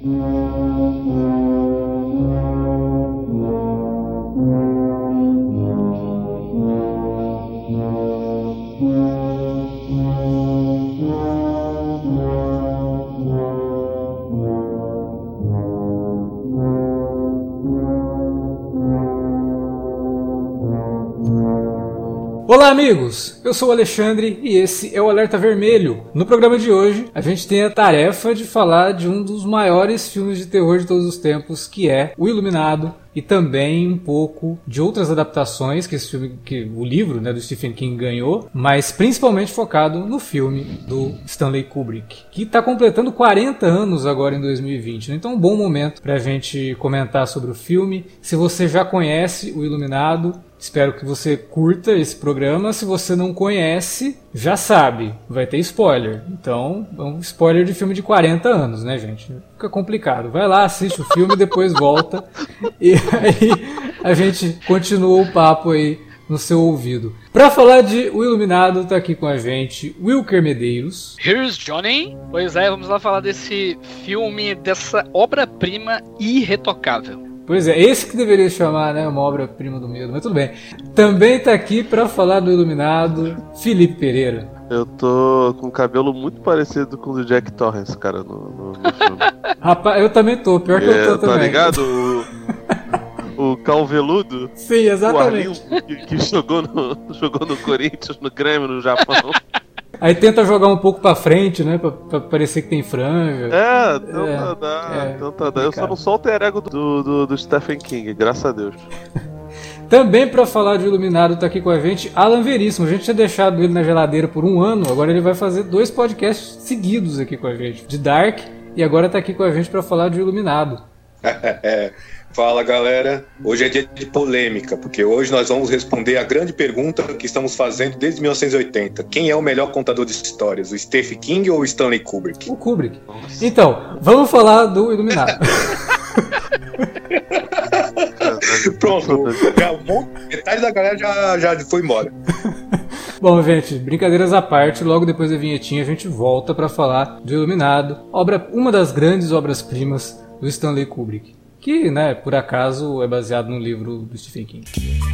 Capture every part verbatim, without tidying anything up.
Olá amigos, eu sou o Alexandre e esse é o Alerta Vermelho. No programa de hoje a gente tem a tarefa de falar de um dos maiores filmes de terror de todos os tempos, que é O Iluminado, e também um pouco de outras adaptações que esse filme, que o livro, né, do Stephen King ganhou, mas principalmente focado no filme do Stanley Kubrick, que está completando quarenta anos agora em dois mil e vinte, né? Então é um bom momento para a gente comentar sobre o filme. Se você já conhece O Iluminado, espero que você curta esse programa. Se você não conhece, já sabe, vai ter spoiler. Então, é um spoiler de filme de quarenta anos, né, gente? Fica complicado. Vai lá, assiste o filme, depois volta e aí a gente continua o papo aí no seu ouvido. Pra falar de O Iluminado, tá aqui com a gente Wilker Medeiros. Here's Johnny. Pois é, vamos lá falar desse filme, dessa obra-prima irretocável. Pois é, esse que deveria chamar, né, uma obra-prima do medo, mas tudo bem. Também tá aqui pra falar do Iluminado, Felipe Pereira. Eu tô com um cabelo muito parecido com o do Jack Torrance, cara, no, no, no filme. Rapaz, eu também tô, pior que é, eu tô tá também. Tá ligado? O, o calveludo. Sim, exatamente. O Arlindo, que, que jogou, no, jogou no Corinthians, no Grêmio, no Japão. Aí tenta jogar um pouco pra frente, né? Pra, pra parecer que tem franja. É, tenta é, dar, é, tenta dar. Eu só não sou o alter ego do, do, do Stephen King, graças a Deus. Também pra falar de Iluminado tá aqui com a gente Alan Veríssimo. A gente tinha deixado ele na geladeira por um ano, agora ele vai fazer dois podcasts seguidos aqui com a gente, de Dark, e agora tá aqui com a gente pra falar de Iluminado. Fala galera, hoje é dia de polêmica, porque hoje nós vamos responder a grande pergunta que estamos fazendo desde mil novecentos e oitenta. Quem é o melhor contador de histórias, o Stephen King ou o Stanley Kubrick? O Kubrick. Então, vamos falar do Iluminado. Pronto, já, metade da galera já, já foi embora. Bom, gente, brincadeiras à parte, logo depois da vinhetinha a gente volta para falar de Iluminado, obra, uma das grandes obras-primas do Stanley Kubrick, que, né, por acaso é baseado no livro do Stephen King.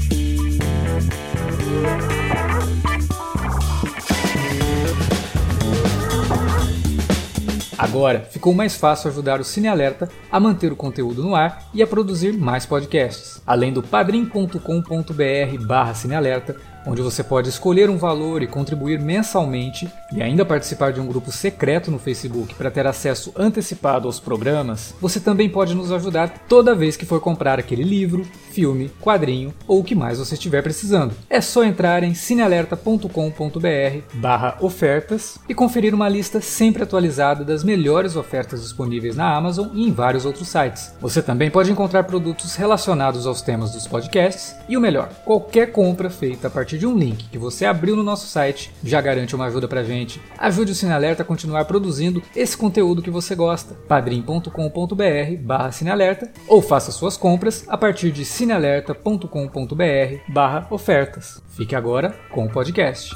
Agora, ficou mais fácil ajudar o Cine Alerta a manter o conteúdo no ar e a produzir mais podcasts. Além do padrim ponto com ponto br barra cinealerta, onde você pode escolher um valor e contribuir mensalmente e ainda participar de um grupo secreto no Facebook para ter acesso antecipado aos programas, você também pode nos ajudar toda vez que for comprar aquele livro, filme, quadrinho ou o que mais você estiver precisando. É só entrar em cinealerta ponto com ponto br barra ofertas e conferir uma lista sempre atualizada das melhores ofertas disponíveis na Amazon e em vários outros sites. Você também pode encontrar produtos relacionados aos temas dos podcasts e o melhor, qualquer compra feita a partir de um link que você abriu no nosso site já garante uma ajuda pra gente. Ajude o Cine Alerta a continuar produzindo esse conteúdo que você gosta. padrim ponto com ponto br barra cinealerta ou faça suas compras a partir de cinealerta ponto com ponto br barra ofertas. Fique agora com o podcast.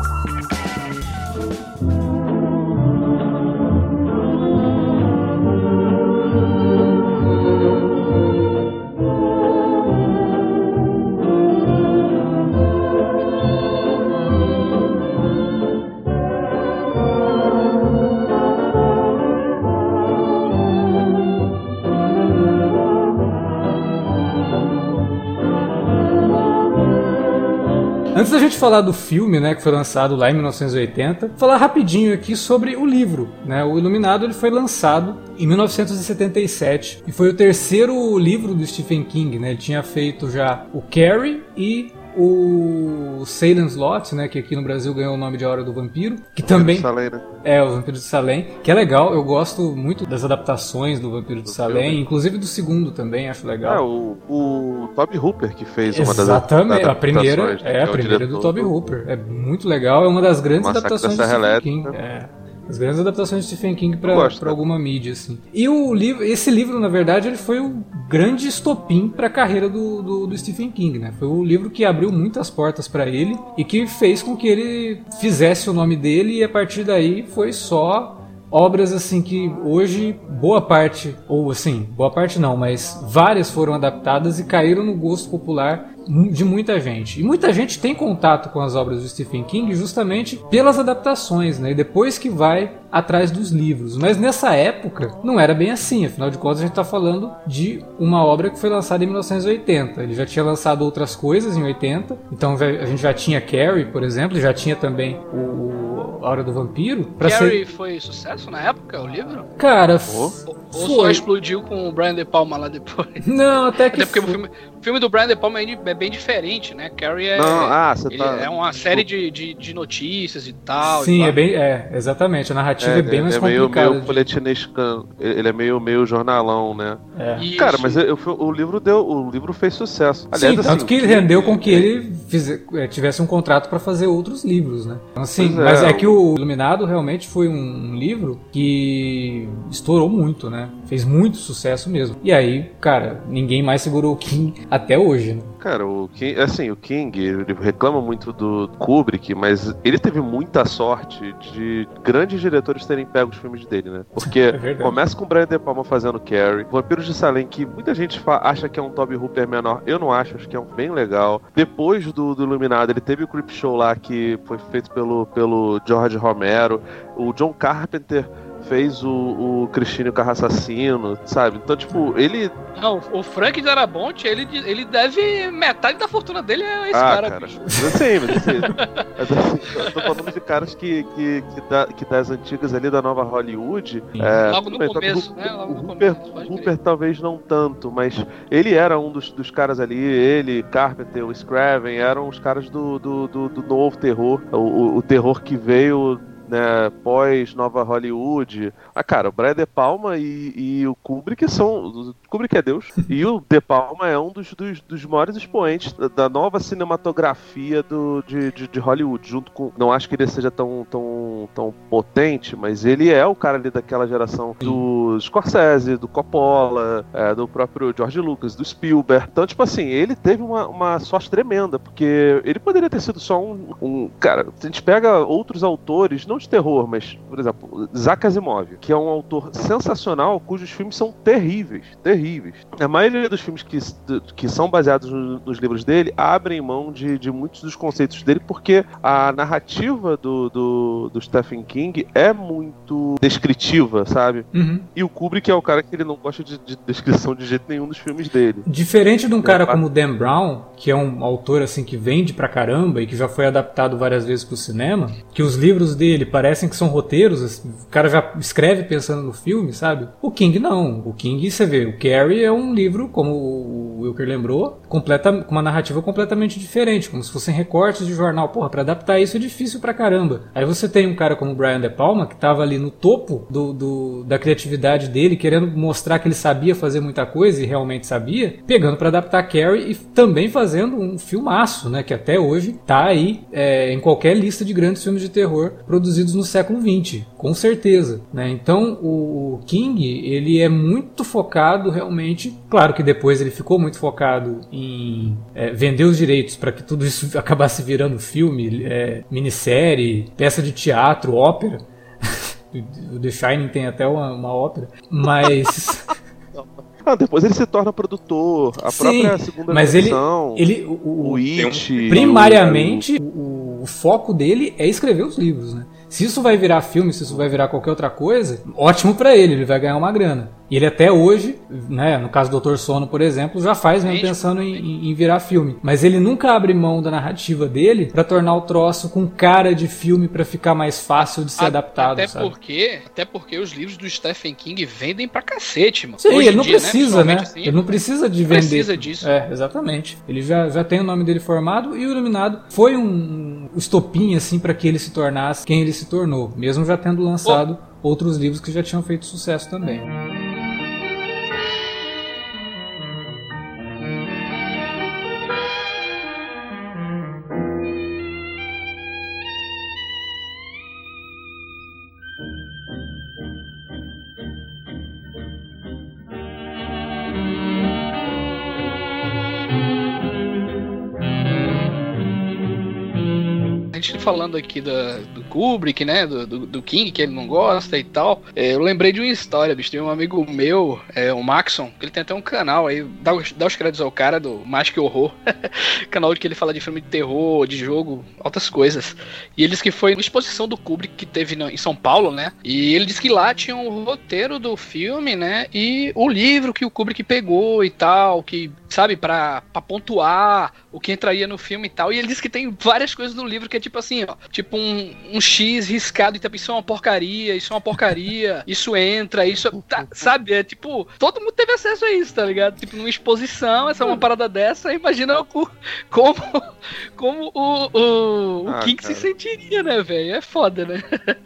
Antes da gente falar do filme, né, que foi lançado lá em mil novecentos e oitenta, falar rapidinho aqui sobre o livro, né? O Iluminado ele foi lançado em mil novecentos e setenta e sete e foi o terceiro livro do Stephen King, né? Ele tinha feito já o Carrie e o Salem's Lot, né, que aqui no Brasil ganhou o nome de A Hora do Vampiro, que também Salem, né? é o Vampiro de Salem, que é legal. Eu gosto muito das adaptações do Vampiro de Salem, filme. Inclusive do segundo também, acho legal. É, o, o Toby Hooper que fez uma das Exatamente, a primeira, né, é a primeira do Toby Hooper. É muito legal, é uma das grandes Massacre adaptações da do Serra Stephen King. Elétrica. É. As grandes adaptações de Stephen King para gosto, né? alguma mídia, assim. E o livro, esse livro, na verdade, ele foi o grande estopim para a carreira do, do, do Stephen King, né? Foi o livro que abriu muitas portas para ele e que fez com que ele fizesse o nome dele, e a partir daí foi só obras assim que hoje boa parte, ou assim, boa parte não, mas várias foram adaptadas e caíram no gosto popular de muita gente. E muita gente tem contato com as obras do Stephen King justamente pelas adaptações, né? E depois que vai atrás dos livros. Mas nessa época não era bem assim. Afinal de contas, a gente está falando de uma obra que foi lançada em mil novecentos e oitenta. Ele já tinha lançado outras coisas em oitenta. Então a gente já tinha Carrie, por exemplo. Já tinha também o A Hora do Vampiro. Carrie ser... foi sucesso na época, o livro? Cara, ou, f... ou só explodiu com o Brian De Palma lá depois? Não, até que... Até porque o filme, o filme do Brian De Palma é bem diferente, né? Carrie é, Não, ah, você tá... é uma série de, de, de notícias e tal. Sim, e é bem... É, exatamente. A narrativa é, é bem é, mais é complicada. Meio, meio folhetinescano. Ele é meio, meio jornalão, né? É. Cara, mas eu, eu, o livro deu, o livro fez sucesso. Aliás, Sim, assim, tanto que ele rendeu com que ele fiz, tivesse um contrato para fazer outros livros, né? Então, assim, é, mas é o... que o Iluminado realmente foi um livro que estourou muito, né? Fez muito sucesso mesmo. E aí, cara, ninguém mais segurou o King até hoje, né? Cara, o King, assim, o King, ele reclama muito do Kubrick, mas ele teve muita sorte de grandes diretores terem pego os filmes dele, né? Porque é começa com o Brian De Palma fazendo Carrie, Vampiros de Salem, que muita gente acha que é um Tobe Hooper menor, eu não acho, acho que é um bem legal. Depois do, do Iluminado, ele teve o Creepshow lá, que foi feito pelo, pelo George Romero, o John Carpenter fez o, o Cristine o Carro Assassino, sabe? Então, tipo, ele... Não, o Frank Darabont, ele, ele deve... Metade da fortuna dele é esse ah, cara, cara. bicho. Sim, mas assim, mas, assim, eu tô falando de caras que, que, que, da, que das antigas ali da nova Hollywood... É, Logo no bem, começo, o, né? Logo o no Hooper, começo. Hooper talvez não tanto, mas ele era um dos, dos caras ali, ele, Carpenter, o Scraven, eram os caras do, do, do, do novo terror, o, o, o terror que veio... Né, pós Nova Hollywood. Ah, cara, o Brian De Palma e, e o Kubrick são... O Kubrick é Deus. E o De Palma é um dos, dos, dos maiores expoentes da, da nova cinematografia do, de, de, de Hollywood, junto com... Não acho que ele seja tão, tão, tão potente, mas ele é o cara ali daquela geração do Scorsese, do Coppola, é, do próprio George Lucas, do Spielberg. Então, tipo assim, ele teve uma, uma sorte tremenda, porque ele poderia ter sido só um... um cara, se a gente pega outros autores, não de terror, mas, por exemplo, Isaac Asimov, que é um autor sensacional, cujos filmes são terríveis, terríveis. A maioria dos filmes que, que são baseados no, nos livros dele abrem mão de, de muitos dos conceitos dele, porque a narrativa do, do, do Stephen King é muito descritiva, sabe? Uhum. E o Kubrick é o cara que ele não gosta de, de descrição de jeito nenhum dos filmes dele. Diferente de um cara é, como o Dan Brown, que é um autor assim que vende pra caramba e que já foi adaptado várias vezes pro cinema, que os livros dele parecem que são roteiros, assim, o cara já escreve pensando no filme, sabe? O King não. O King, você vê, o Carrie é um livro, como o Wilker lembrou, completa, com uma narrativa completamente diferente, como se fossem recortes de jornal. Porra, pra adaptar isso é difícil pra caramba. Aí você tem um cara como o Brian De Palma, que tava ali no topo do, do, da criatividade dele, querendo mostrar que ele sabia fazer muita coisa, e realmente sabia, pegando pra adaptar Carrie e também fazendo um filmaço, né, que até hoje tá aí é, em qualquer lista de grandes filmes de terror produzidos no século vinte, com certeza, né? Então o King, ele é muito focado realmente, claro que depois ele ficou muito focado em é, vender os direitos para que tudo isso acabasse virando filme, é, minissérie, peça de teatro, ópera. O The Shining tem até uma, uma ópera, mas... Ah, depois ele se torna produtor, a Sim, própria segunda mas versão, ele, ele, o, o It... Primariamente, o, o foco dele é escrever os livros, né? Se isso vai virar filme, se isso vai virar qualquer outra coisa, ótimo pra ele, ele vai ganhar uma grana. E ele até hoje, né, no caso do doutor Sono, por exemplo, já faz mesmo pensando em, em virar filme. Mas ele nunca abre mão da narrativa dele pra tornar o troço com cara de filme pra ficar mais fácil de ser a, adaptado, até sabe? Porque, até porque os livros do Stephen King vendem pra cacete, mano. Sim, Hoje ele não dia, precisa, né? Assim, ele não precisa de vender. Precisa disso. É, exatamente. Ele já, já tem o nome dele formado e o Iluminado foi um estopim, assim, pra que ele se tornasse quem ele se tornou. Mesmo já tendo lançado oh. outros livros que já tinham feito sucesso também. gente falando aqui da, do Kubrick, né, do, do, do King, que ele não gosta e tal, é, eu lembrei de uma história, bicho, tem um amigo meu, é, o Maxon, que ele tem até um canal aí, dá os, dá os créditos ao cara do Mais Que Horror, canal que ele fala de filme de terror, de jogo, altas coisas, e ele disse que foi uma exposição do Kubrick que teve no, em São Paulo, né, e ele disse que lá tinha um roteiro do filme, né, e o livro que o Kubrick pegou e tal, que, sabe, pra, pra pontuar o que entraria no filme e tal, e ele disse que tem várias coisas no livro que é tipo assim, ó, tipo um, um X riscado e tipo, isso é uma porcaria, isso é uma porcaria, isso entra, isso, tá, sabe, é tipo, todo mundo teve acesso a isso, tá ligado? Tipo, numa exposição, essa é uma parada dessa, imagina o, como, como o, o, o ah, King cara. se sentiria, né, velho? É foda, né?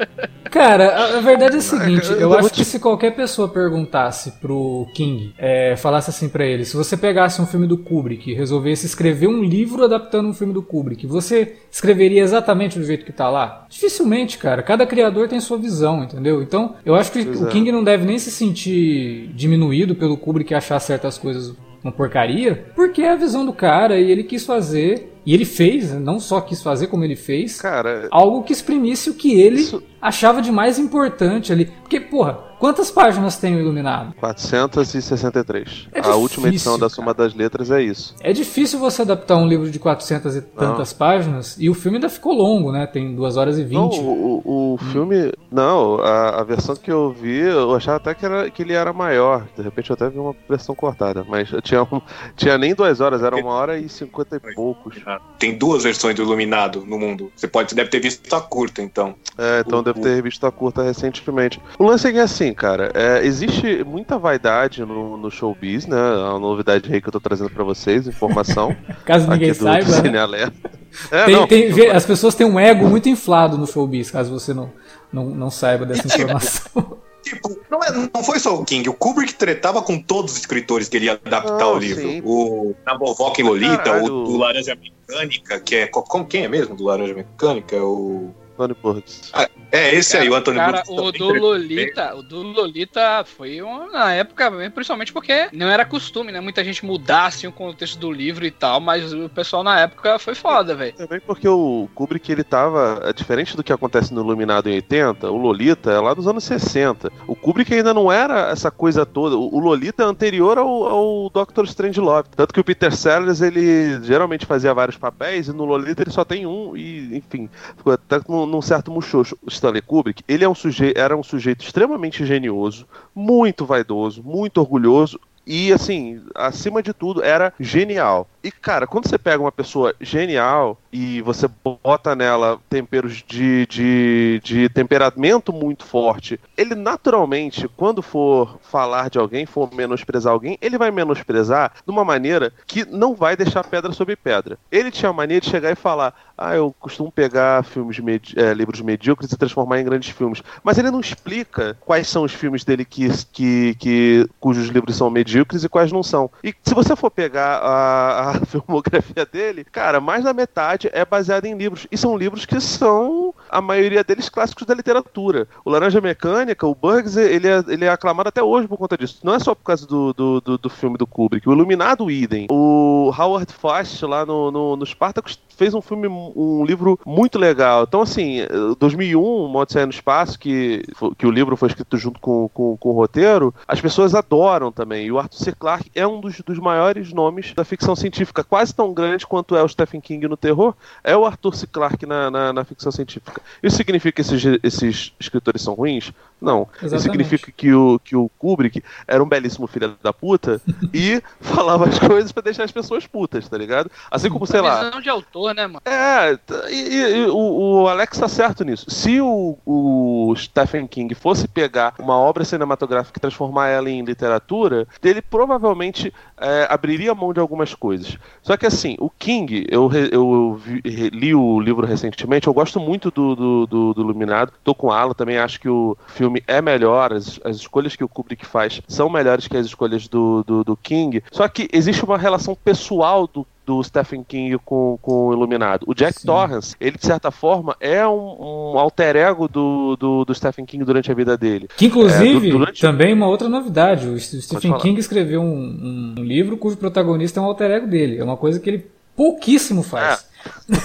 Cara, a, a verdade é a seguinte, eu, eu acho vou que te- se qualquer pessoa perguntasse pro King, é, falasse assim pra ele, se você pegasse um filme do Kubrick e resolvesse escrever um livro adaptando um filme do Kubrick, você escreveria exatamente do jeito que tá lá? Dificilmente, cara. Cada criador tem sua visão, entendeu? Então, eu acho que Pois o é. King não deve nem se sentir diminuído pelo Kubrick achar certas coisas uma porcaria, porque é a visão do cara e ele quis fazer, e ele fez, não só quis fazer como ele fez, Cara, algo que exprimisse o que ele Isso- achava de mais importante ali. Porque, porra, quantas páginas tem o Iluminado? quatrocentos e sessenta e três. É a difícil, última edição da Soma das Letras é isso. É difícil você adaptar um livro de quatrocentas e tantas páginas, e o filme ainda ficou longo, né? Tem duas horas e Não, vinte. o, o, o filme. Não, a, a versão que eu vi, eu achava até que, era, que ele era maior. De repente eu até vi uma versão cortada. Mas tinha, um, tinha nem duas horas, era uma hora e cinquenta e poucos. Tem duas versões do Iluminado no mundo. Você pode, você deve ter visto a curta, então. É, então O- devo ter visto a curta recentemente. O lance é que assim, cara, é, existe muita vaidade no, no showbiz, né? É uma novidade aí que eu tô trazendo pra vocês, informação. Caso ninguém aqui do, saiba, do né? Cine Alerta. É, Tem- não, tem- vê- as pessoas têm um ego muito inflado no showbiz, caso você não, não, não saiba dessa informação. Tipo, não, é- não foi só o King. O Kubrick tretava com todos os escritores que ele ia adaptar Não, o livro. sim. O Nabokov em Lolita, Caralho. o do Laranja Mecânica, que é... Como, quem é mesmo do Laranja Mecânica? O... Tony Burgess. É, esse aí, o Antônio Cara, Burgess o também do tretou. Lolita, o do Lolita foi uma, na época, principalmente porque não era costume, né? Muita gente mudar assim, o contexto do livro e tal, mas o pessoal na época foi foda, velho. Também porque o Kubrick, ele tava, é diferente do que acontece no Iluminado em oitenta, o Lolita é lá dos anos sessenta. O Kubrick ainda não era essa coisa toda. O o Lolita é anterior ao, ao doutor Strangelove. Tanto que o Peter Sellers, ele geralmente fazia vários papéis, e no Lolita ele só tem um, e enfim, ficou até num, num certo muxoxo. O Stanley Kubrick, ele é um suje- era um sujeito extremamente genioso, muito vaidoso, muito orgulhoso, e assim, acima de tudo, era genial. E cara, quando você pega uma pessoa genial e você bota nela temperos de, de, de temperamento muito forte, ele naturalmente, quando for falar de alguém, for menosprezar alguém, ele vai menosprezar de uma maneira que não vai deixar pedra sobre pedra. Ele tinha a mania de chegar e falar: ah, eu costumo pegar filmes med- é, livros medíocres e transformar em grandes filmes. Mas ele não explica quais são os filmes dele que, que, que, cujos livros são medíocres e quais não são. E se você for pegar a, a filmografia dele, cara, mais da metade é baseada em livros. E são livros que são, a maioria deles, clássicos da literatura. O Laranja Mecânica, o Burgess, ele é, ele é aclamado até hoje por conta disso. Não é só por causa do, do, do, do filme do Kubrick. O Iluminado, idem. O Howard Fast, lá no, no, no Spartacus, fez um filme, um livro muito legal. Então, assim, dois mil e um, Uma Odisseia no Espaço, que, que o livro foi escrito junto com, com, com o roteiro, as pessoas adoram também. E o Arthur C. Clarke é um dos, dos maiores nomes da ficção científica, quase tão grande quanto é o Stephen King no terror, é o Arthur C. Clarke na, na, na ficção científica. Isso significa que esses, esses escritores são ruins? Não. Exatamente. Isso significa que o, que o Kubrick era um belíssimo filho da puta e falava as coisas pra deixar as pessoas putas, tá ligado? Assim como, sei lá... Visão de autor, né, mano? É, e, e- e o, o Alex tá certo nisso. Se o, o Stephen King fosse pegar uma obra cinematográfica e transformar ela em literatura, ele provavelmente é, abriria mão de algumas coisas. Só que assim, o King, eu, re- eu vi- re- li o livro recentemente, eu gosto muito do, do, do, do Iluminado, tô com a Ala, também acho que o filme é melhor, as, as escolhas que o Kubrick faz são melhores que as escolhas do, do, do King, só que existe uma relação pessoal do do Stephen King com, com o Iluminado. O Jack Sim. Torrance, ele de certa forma é um, um alter ego do, do, do Stephen King durante a vida dele. Que inclusive, É, du- durante- também uma outra novidade, o Stephen falar. King escreveu um, um livro cujo protagonista é um alter ego dele. É uma coisa que ele pouquíssimo faz.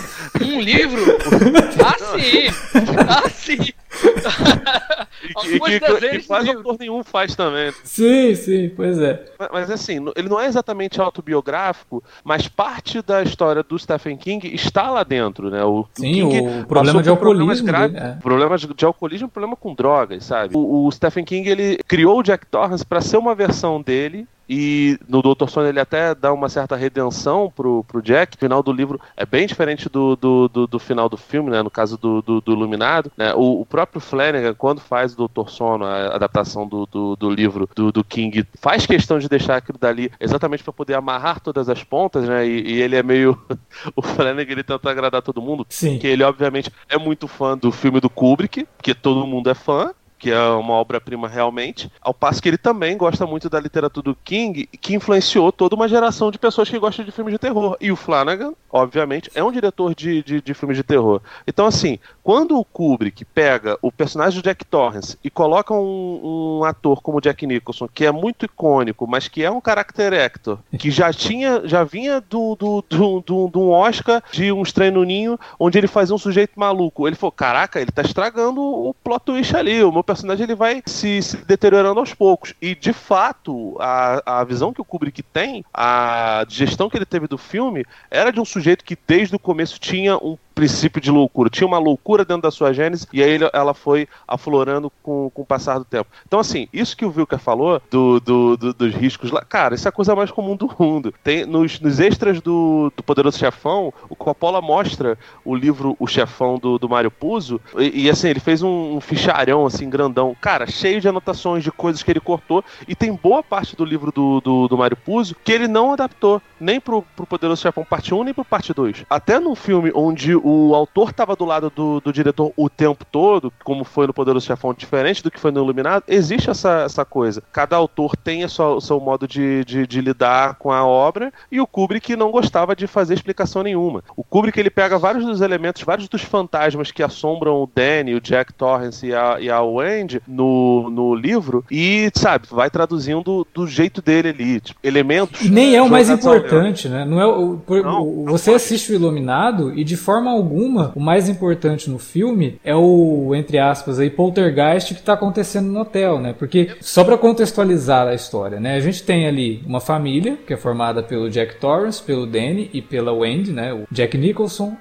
Um livro? Ah, sim! Ah, sim! E, e que, que quase autor nenhum faz também. Sim, sim, pois é. Mas, mas assim, ele não é exatamente autobiográfico, mas parte da história do Stephen King está lá dentro, né? O, sim, o, King o problema de alcoolismo. Graves, dele, é. Problema de, de alcoolismo e problema com drogas, sabe? O, o Stephen King, ele criou o Jack Torrance para ser uma versão dele. E no doutor Sono ele até dá uma certa redenção pro, pro Jack. O final do livro é bem diferente do, do, do, do final do filme, né? No caso do, do, do Iluminado, né? O, o próprio Flanagan, quando faz o doutor Sono, a adaptação do, do, do livro do, do King, faz questão de deixar aquilo dali exatamente para poder amarrar todas as pontas, né? E, e ele é meio... o Flanagan, ele tenta agradar todo mundo. Sim. Porque ele, obviamente, é muito fã do filme do Kubrick, porque todo mundo é fã, que é uma obra-prima realmente, ao passo que ele também gosta muito da literatura do King, que influenciou toda uma geração de pessoas que gostam de filmes de terror. E o Flanagan, obviamente, é um diretor de, de, de filmes de terror. Então, assim, quando o Kubrick pega o personagem do Jack Torrance e coloca um, um ator como Jack Nicholson, que é muito icônico, mas que é um character actor, que já tinha, já vinha do, do, do, do, do um Oscar de Um Estranho no Ninho, onde ele fazia um sujeito maluco. Ele falou, caraca, ele tá estragando o plot twist ali, o meu personagem ele vai se, se deteriorando aos poucos. E, de fato, a, a visão que o Kubrick tem, a gestão que ele teve do filme, era de um sujeito que desde o começo tinha um princípio de loucura, tinha uma loucura dentro da sua gênese, e aí ela foi aflorando com, com o passar do tempo. Então, assim, isso que o Wilker falou do, do, do, dos riscos lá, cara, isso é a coisa mais comum do mundo. Tem, nos, nos extras do, do Poderoso Chefão, o Coppola mostra o livro O Chefão do, do Mário Puzo, e, e assim, ele fez um, um ficharão, assim, grandão, cara, cheio de anotações de coisas que ele cortou, e tem boa parte do livro do, do, do Mário Puzo que ele não adaptou, nem pro, pro Poderoso Chefão parte um, nem pro parte dois. Até num filme onde o autor estava do lado do, do diretor o tempo todo, como foi no Poderoso Chefão, diferente do que foi no Iluminado, existe essa, essa coisa. Cada autor tem a sua, o seu modo de, de, de lidar com a obra, e o Kubrick não gostava de fazer explicação nenhuma. O Kubrick, ele pega vários dos elementos, vários dos fantasmas que assombram o Danny, o Jack Torrance e a, e a Wendy no, no livro, e, sabe, vai traduzindo do jeito dele ali, tipo, elementos... E nem é o mais importante, né? Não é o, por, não, o, você não assiste o Iluminado e, de forma alguma, o mais importante no filme é o, entre aspas, aí, poltergeist que tá acontecendo no hotel, né? Porque, só pra contextualizar a história, né? A gente tem ali uma família que é formada pelo Jack Torrance, pelo Danny e pela Wendy, né? O Jack Nicholson,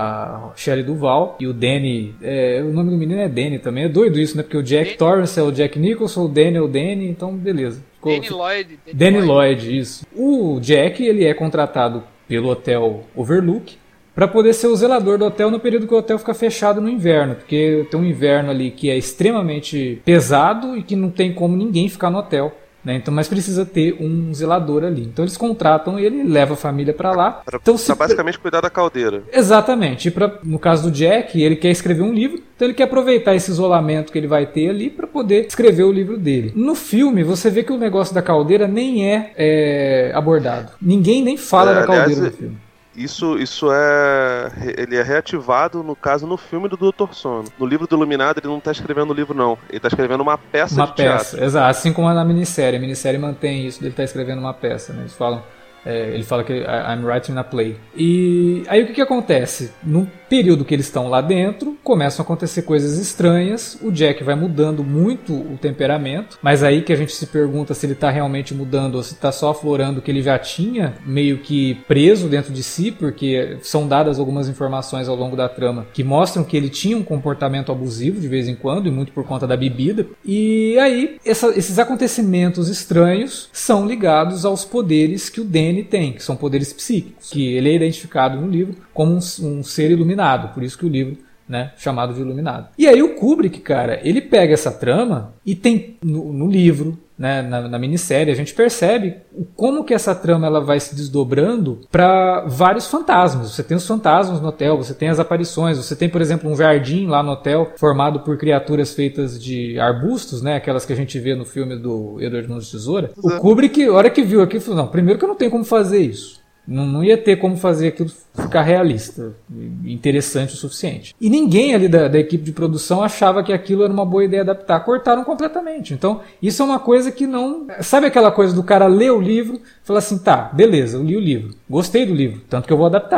a Shelley Duvall e o Danny... É, o nome do menino é Danny também. É doido isso, né? Porque o Jack Danny. Torrance é o Jack Nicholson, o Danny é o Danny, então beleza. Ficou... Danny Lloyd. Danny, Danny Lloyd. Lloyd, isso. O Jack, ele é contratado pelo Hotel Overlook para poder ser o zelador do hotel no período que o hotel fica fechado no inverno, porque tem um inverno ali que é extremamente pesado e que não tem como ninguém ficar no hotel, né? Então, mas precisa ter um zelador ali. Então eles contratam ele, leva a família para lá. Pra, então, pra se... basicamente cuidar da caldeira. Exatamente. E pra, no caso do Jack, ele quer escrever um livro, então ele quer aproveitar esse isolamento que ele vai ter ali para poder escrever o livro dele. No filme, você vê que o negócio da caldeira nem é, é abordado. Ninguém nem fala é, da caldeira aliás, no filme. Isso, isso é... Ele é reativado, no caso, no filme do doutor Sono. No livro do Iluminado, ele não está escrevendo o livro, não. Ele está escrevendo uma peça uma de peça, teatro. Exato. Assim como na minissérie. A minissérie mantém isso, ele está escrevendo uma peça, né? Eles falam... É, ele fala que I'm writing a play. E aí o que, que acontece? No período que eles estão lá dentro, começam a acontecer coisas estranhas. O Jack vai mudando muito o temperamento, mas aí que a gente se pergunta se ele está realmente mudando ou se está só aflorando o que ele já tinha meio que preso dentro de si, porque são dadas algumas informações ao longo da trama que mostram que ele tinha um comportamento abusivo de vez em quando, e muito por conta da bebida. E aí essa, esses acontecimentos estranhos são ligados aos poderes que o Danny tem, que são poderes psíquicos, que ele é identificado no livro como um, um ser iluminado, por isso que o livro, né, chamado de Iluminado. E aí o Kubrick, cara, ele pega essa trama e tem no, no livro, né, na, na minissérie, a gente percebe como que essa trama ela vai se desdobrando para vários fantasmas. Você tem os fantasmas no hotel, você tem as aparições, você tem, por exemplo, um jardim lá no hotel formado por criaturas feitas de arbustos, né, aquelas que a gente vê no filme do Edward Mãos de Tesoura. O Kubrick, a hora que viu aquilo, falou, não, primeiro que eu não tenho como fazer isso. Não, não ia ter como fazer aquilo ficar realista, interessante o suficiente. E ninguém ali da, da equipe de produção achava que aquilo era uma boa ideia adaptar. Cortaram completamente. Então, isso é uma coisa que não... Sabe aquela coisa do cara ler o livro e falar assim, tá, beleza, eu li o livro, gostei do livro, tanto que eu vou adaptar.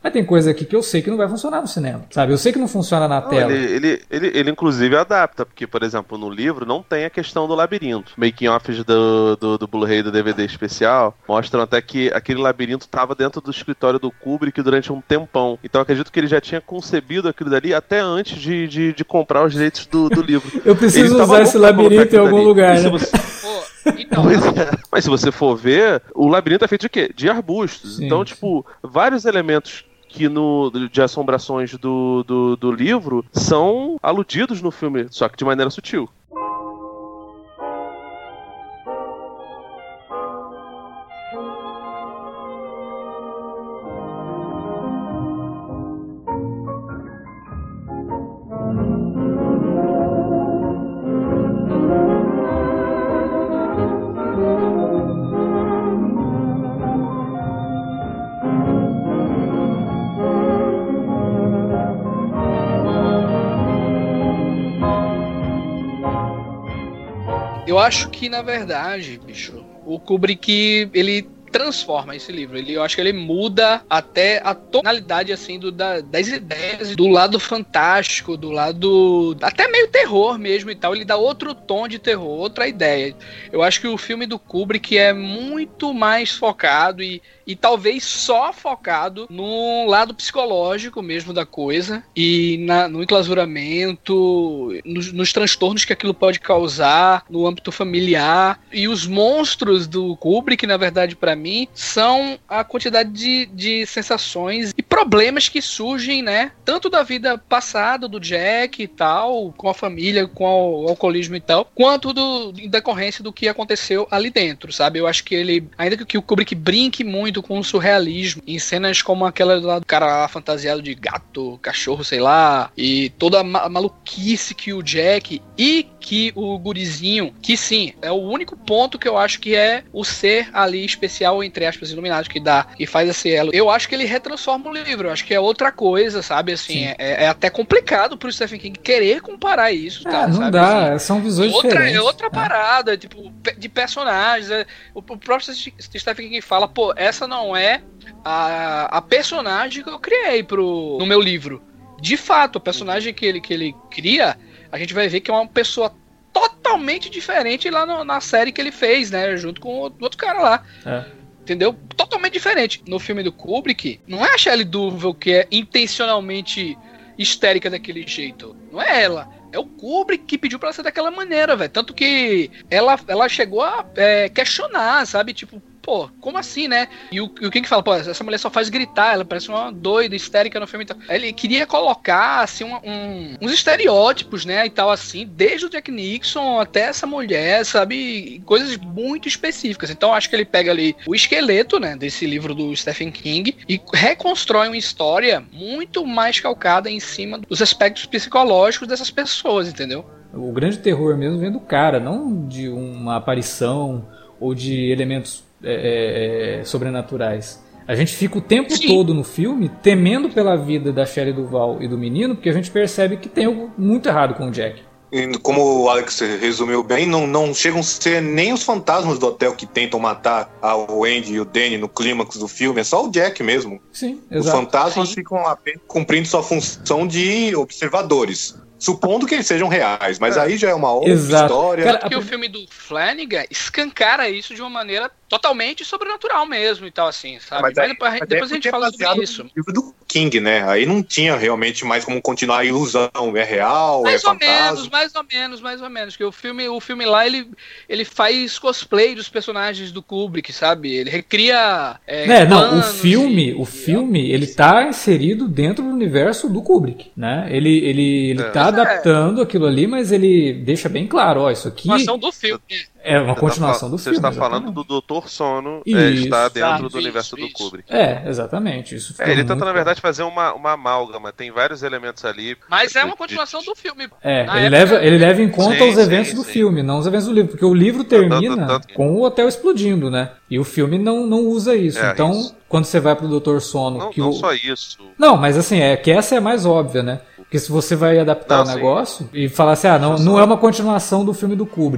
Mas tem coisa aqui que eu sei que não vai funcionar no cinema, sabe? Eu sei que não funciona na não, tela. Ele, ele, ele, ele, inclusive, adapta, porque, por exemplo, no livro não tem a questão do labirinto. Making-offs do, do, do Blu-ray e do D V D especial mostram até que aquele labirinto estava dentro do escritório do Kubrick durante um tempão. Então eu acredito que ele já tinha concebido aquilo dali até antes de, de, de comprar os direitos do, do livro. Eu preciso usar esse labirinto em algum dali. lugar, né? Você... Então, é. Mas se você for ver, o labirinto é feito de quê? De arbustos. Sim. Então, tipo, vários elementos que no, de assombrações do, do, do livro são aludidos no filme, só que de maneira sutil. Eu acho que, na verdade, bicho, o Kubrick, ele transforma esse livro. Ele, eu acho que ele muda até a tonalidade, assim, do, da, das ideias, do lado fantástico, do lado até meio terror mesmo e tal. Ele dá outro tom de terror, outra ideia. Eu acho que o filme do Kubrick é muito mais focado e, e talvez só focado no lado psicológico mesmo da coisa e na, no enclausuramento, nos, nos transtornos que aquilo pode causar no âmbito familiar. E os monstros do Kubrick, na verdade, para mim, são a quantidade de, de sensações e problemas que surgem, né? Tanto da vida passada do Jack e tal, com a família, com o alcoolismo e tal, quanto do, em decorrência do que aconteceu ali dentro, sabe? Eu acho que ele, ainda que o Kubrick brinque muito com o surrealismo, em cenas como aquela lá do cara lá fantasiado de gato, cachorro, sei lá, e toda a ma- maluquice que o Jack e que o gurizinho, que sim, é o único ponto que eu acho que é o ser ali especial, entre aspas, iluminado, que dá, que faz esse elo. Eu acho que ele retransforma o livro, eu acho que é outra coisa, sabe, assim, é, é até complicado pro Stephen King querer comparar isso, é, cara, não sabe? dá, assim, são visões outra, diferentes. É outra é. parada, tipo, de personagens, é, o, o próprio Stephen King fala, pô, essa não é a, a personagem que eu criei pro, no meu livro. De fato, o personagem que ele, que ele cria, a gente vai ver que é uma pessoa totalmente diferente lá no, na série que ele fez, né? Junto com o outro cara lá. É. Entendeu? Totalmente diferente. No filme do Kubrick, não é a Shelley Duvall que é intencionalmente histérica daquele jeito. Não é ela. É o Kubrick que pediu pra ela ser daquela maneira, velho. Tanto que ela, ela chegou a é, questionar, sabe? Tipo, pô, como assim, né? E o, e o King fala, pô, essa mulher só faz gritar, ela parece uma doida, histérica no filme e tal. Ele queria colocar, assim, um, um, uns estereótipos, né, e tal, assim, desde o Jack Nixon até essa mulher, sabe? Coisas muito específicas. Então, acho que ele pega ali o esqueleto, né, desse livro do Stephen King e reconstrói uma história muito mais calcada em cima dos aspectos psicológicos dessas pessoas, entendeu? O grande terror mesmo vem do cara, não de uma aparição ou de elementos É, é, sobrenaturais. A gente fica o tempo Sim. todo no filme temendo pela vida da Shelley Duvall e do menino, porque a gente percebe que tem algo muito errado com o Jack. E como o Alex resumiu bem, não, não chegam a ser nem os fantasmas do hotel que tentam matar a Wendy e o Danny no clímax do filme, é só o Jack mesmo. Sim, exato. Os fantasmas Sim. ficam apenas cumprindo sua função de observadores. Supondo que eles sejam reais, mas é. aí já é uma outra Exato. história. Cara, porque o filme do Flanagan escancara isso de uma maneira totalmente sobrenatural mesmo e tal, assim, sabe? Mas, aí, depois, mas depois a gente fala sobre isso. No livro do King, né? Aí não tinha realmente mais como continuar a ilusão. É real, mais é ou fantasma. menos, mais ou menos, mais ou menos. Que o filme, o filme lá, ele, ele faz cosplay dos personagens do Kubrick, sabe? Ele recria... É, é não, o filme, e, o filme, ele tá inserido dentro do universo do Kubrick, né? Ele, ele, ele é. tá adaptando é. aquilo ali, mas ele deixa bem claro, ó, isso aqui... Uma ação do filme. É uma continuação do você filme. Você está exatamente. falando do doutor Sono é, está dentro isso, do universo isso, do Kubrick. É, exatamente. Isso é, ele tenta, na verdade, fazer uma, uma amálgama. Tem vários elementos ali. Mas é uma continuação do filme. É, ele leva, ele leva em conta sim, os eventos sim, do sim. filme, não os eventos do livro. Porque o livro termina tanto, tanto, com o hotel explodindo, né? E o filme não, não usa isso. É, então, isso. quando você vai pro doutor Sono... Não, que não o... só isso. Não, mas assim, é que essa é a mais óbvia, né? Porque se você vai adaptar não, o negócio sim. e falar assim, ah, não, não é uma continuação do filme do Kubrick.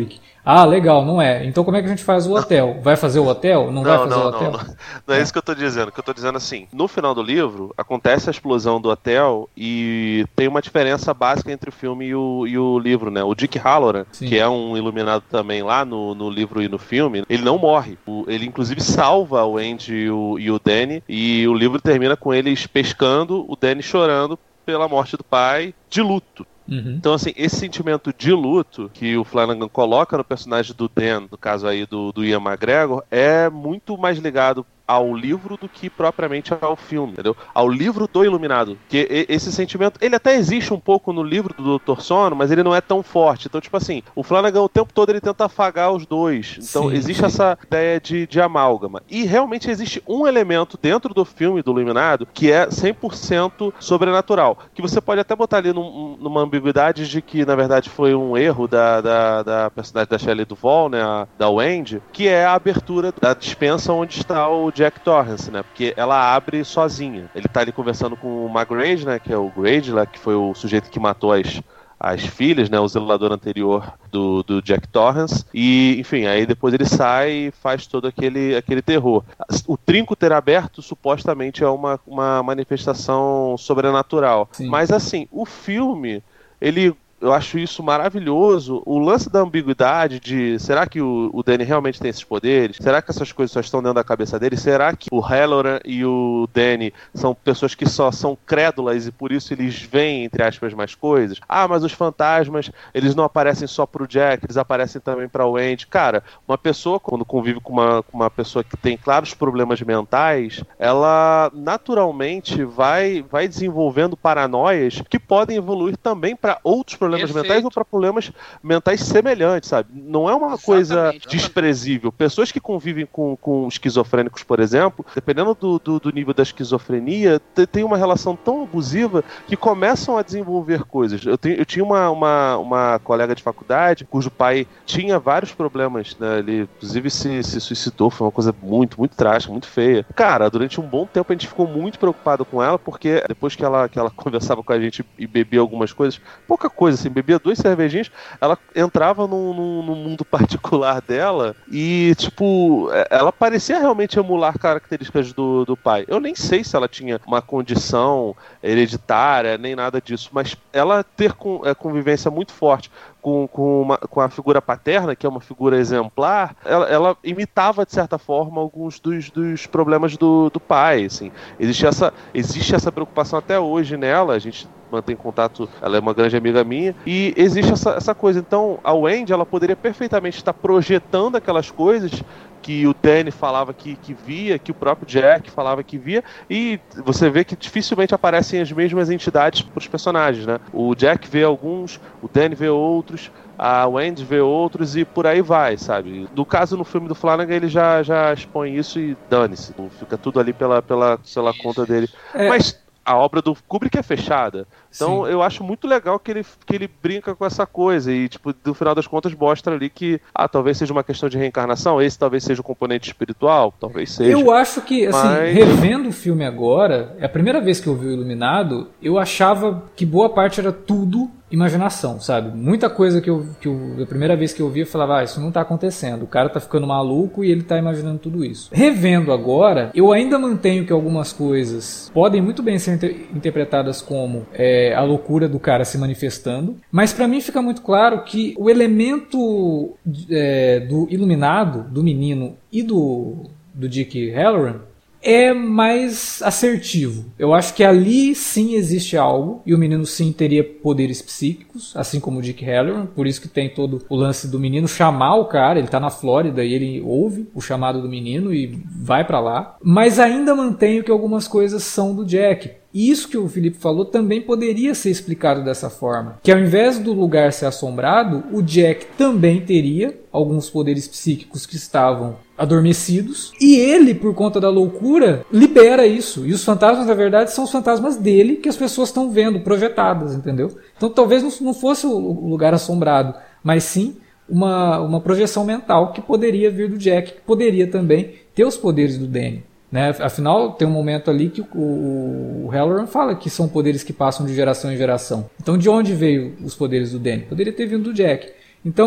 Ah, legal, não é. Então como é que a gente faz o hotel? Vai fazer o hotel? Não, não vai fazer não, o hotel? Não, não, não é, é isso que eu tô dizendo. O que eu tô dizendo assim, no final do livro, acontece a explosão do hotel e tem uma diferença básica entre o filme e o, e o livro, né? O Dick Halloran, Sim. que é um iluminado também lá no, no livro e no filme, ele não morre. O, ele inclusive salva o Andy e o, e o Danny, e o livro termina com eles pescando, o Danny chorando pela morte do pai, de luto. Uhum. Então, assim, esse sentimento de luto que o Flanagan coloca no personagem do Dan, no caso aí do, do Ian McGregor, é muito mais ligado ao livro do que propriamente ao filme, entendeu? Ao livro do Iluminado. Que esse sentimento, ele até existe um pouco no livro do doutor Sono, mas ele não é tão forte. Então, tipo assim, o Flanagan o tempo todo ele tenta afagar os dois. Então, sim, existe sim. essa ideia de, de amálgama. E realmente existe um elemento dentro do filme do Iluminado que é cem por cento sobrenatural. Que você pode até botar ali num, numa ambiguidade de que, na verdade, foi um erro da, da, da personagem da Shelley Duvall, né, a, da Wendy, que é a abertura da dispensa onde está o Jack Torrance, né? Porque ela abre sozinha. Ele tá ali conversando com o McGrady, né? Que é o Grady, lá, que foi o sujeito que matou as, as filhas, né? O zelador anterior do, do Jack Torrance. E, enfim, aí depois ele sai e faz todo aquele, aquele terror. O trinco ter aberto, supostamente, é uma, uma manifestação sobrenatural. Sim. Mas, assim, o filme, ele... Eu acho isso maravilhoso. O lance da ambiguidade de será que o, o Danny realmente tem esses poderes? Será que essas coisas só estão dentro da cabeça dele? Será que o Halloran e o Danny são pessoas que só são crédulas e por isso eles veem, entre aspas, mais coisas? Ah, mas os fantasmas, eles não aparecem só pro Jack, eles aparecem também pra Wendy. Cara, uma pessoa, quando convive com uma, com uma pessoa que tem claros problemas mentais, ela naturalmente vai, vai desenvolvendo paranoias que podem evoluir também para outros problemas Perfeito. mentais ou para problemas mentais semelhantes, sabe? Não é uma exatamente, coisa exatamente. desprezível. Pessoas que convivem com, com esquizofrênicos, por exemplo, dependendo do, do, do nível da esquizofrenia, tem uma relação tão abusiva que começam a desenvolver coisas. Eu, tenho, eu tinha uma, uma, uma colega de faculdade cujo pai tinha vários problemas, né? Ele, inclusive, se, se suicidou. Foi uma coisa muito, muito trágica, muito feia. Cara, durante um bom tempo a gente ficou muito preocupado com ela, porque depois que ela, que ela conversava com a gente e bebia algumas coisas, pouca coisa, assim, bebia duas cervejinhas, ela entrava num, num, num mundo particular dela e, tipo, ela parecia realmente emular características do, do pai. Eu nem sei se ela tinha uma condição hereditária, nem nada disso, mas ela ter com, é, convivência muito forte com, com, uma, com a figura paterna, que é uma figura exemplar, ela, ela imitava, de certa forma, alguns dos, dos problemas do, do pai, assim. Existe essa, existe essa preocupação até hoje nela, a gente mantém contato, ela é uma grande amiga minha, e existe essa, essa coisa. Então, a Wendy, ela poderia perfeitamente estar projetando aquelas coisas que o Danny falava que, que via, que o próprio Jack falava que via, e você vê que dificilmente aparecem as mesmas entidades para os personagens, né? O Jack vê alguns, o Danny vê outros, a Wendy vê outros e por aí vai, sabe? No caso, no filme do Flanagan, ele já, já expõe isso e dane-se. Fica tudo ali pela, pela, pela conta dele. É. Mas a obra do Kubrick é fechada. Então, Sim. eu acho muito legal que ele, que ele brinca com essa coisa e, tipo, no final das contas mostra ali que, ah, talvez seja uma questão de reencarnação, esse talvez seja o componente espiritual, talvez seja. Eu acho que, assim, mas... revendo o filme agora, é a primeira vez que eu vi o Iluminado, eu achava que boa parte era tudo imaginação, sabe? Muita coisa que eu, que eu a primeira vez que eu vi, eu falava, ah, isso não tá acontecendo, o cara tá ficando maluco e ele tá imaginando tudo isso. Revendo agora, eu ainda mantenho que algumas coisas podem muito bem ser inter- interpretadas como é, a loucura do cara se manifestando, mas pra mim fica muito claro que o elemento é, do iluminado, do menino e do, do Dick Halloran é mais assertivo. Eu acho que ali sim existe algo, e o menino sim teria poderes psíquicos, assim como o Dick Halloran, por isso que tem todo o lance do menino chamar o cara, ele tá na Flórida e ele ouve o chamado do menino e vai pra lá, mas ainda mantenho que algumas coisas são do Jack. E isso que o Felipe falou também poderia ser explicado dessa forma. Que ao invés do lugar ser assombrado, o Jack também teria alguns poderes psíquicos que estavam adormecidos. E ele, por conta da loucura, libera isso. E os fantasmas, na verdade, são os fantasmas dele que as pessoas estão vendo, projetadas, entendeu? Então talvez não fosse o lugar assombrado, mas sim uma, uma projeção mental que poderia vir do Jack, que poderia também ter os poderes do Danny. Né? Afinal, tem um momento ali que o, o, o Halloran fala que são poderes que passam de geração em geração. Então, de onde veio os poderes do Danny? Poderia ter vindo do Jack. Então,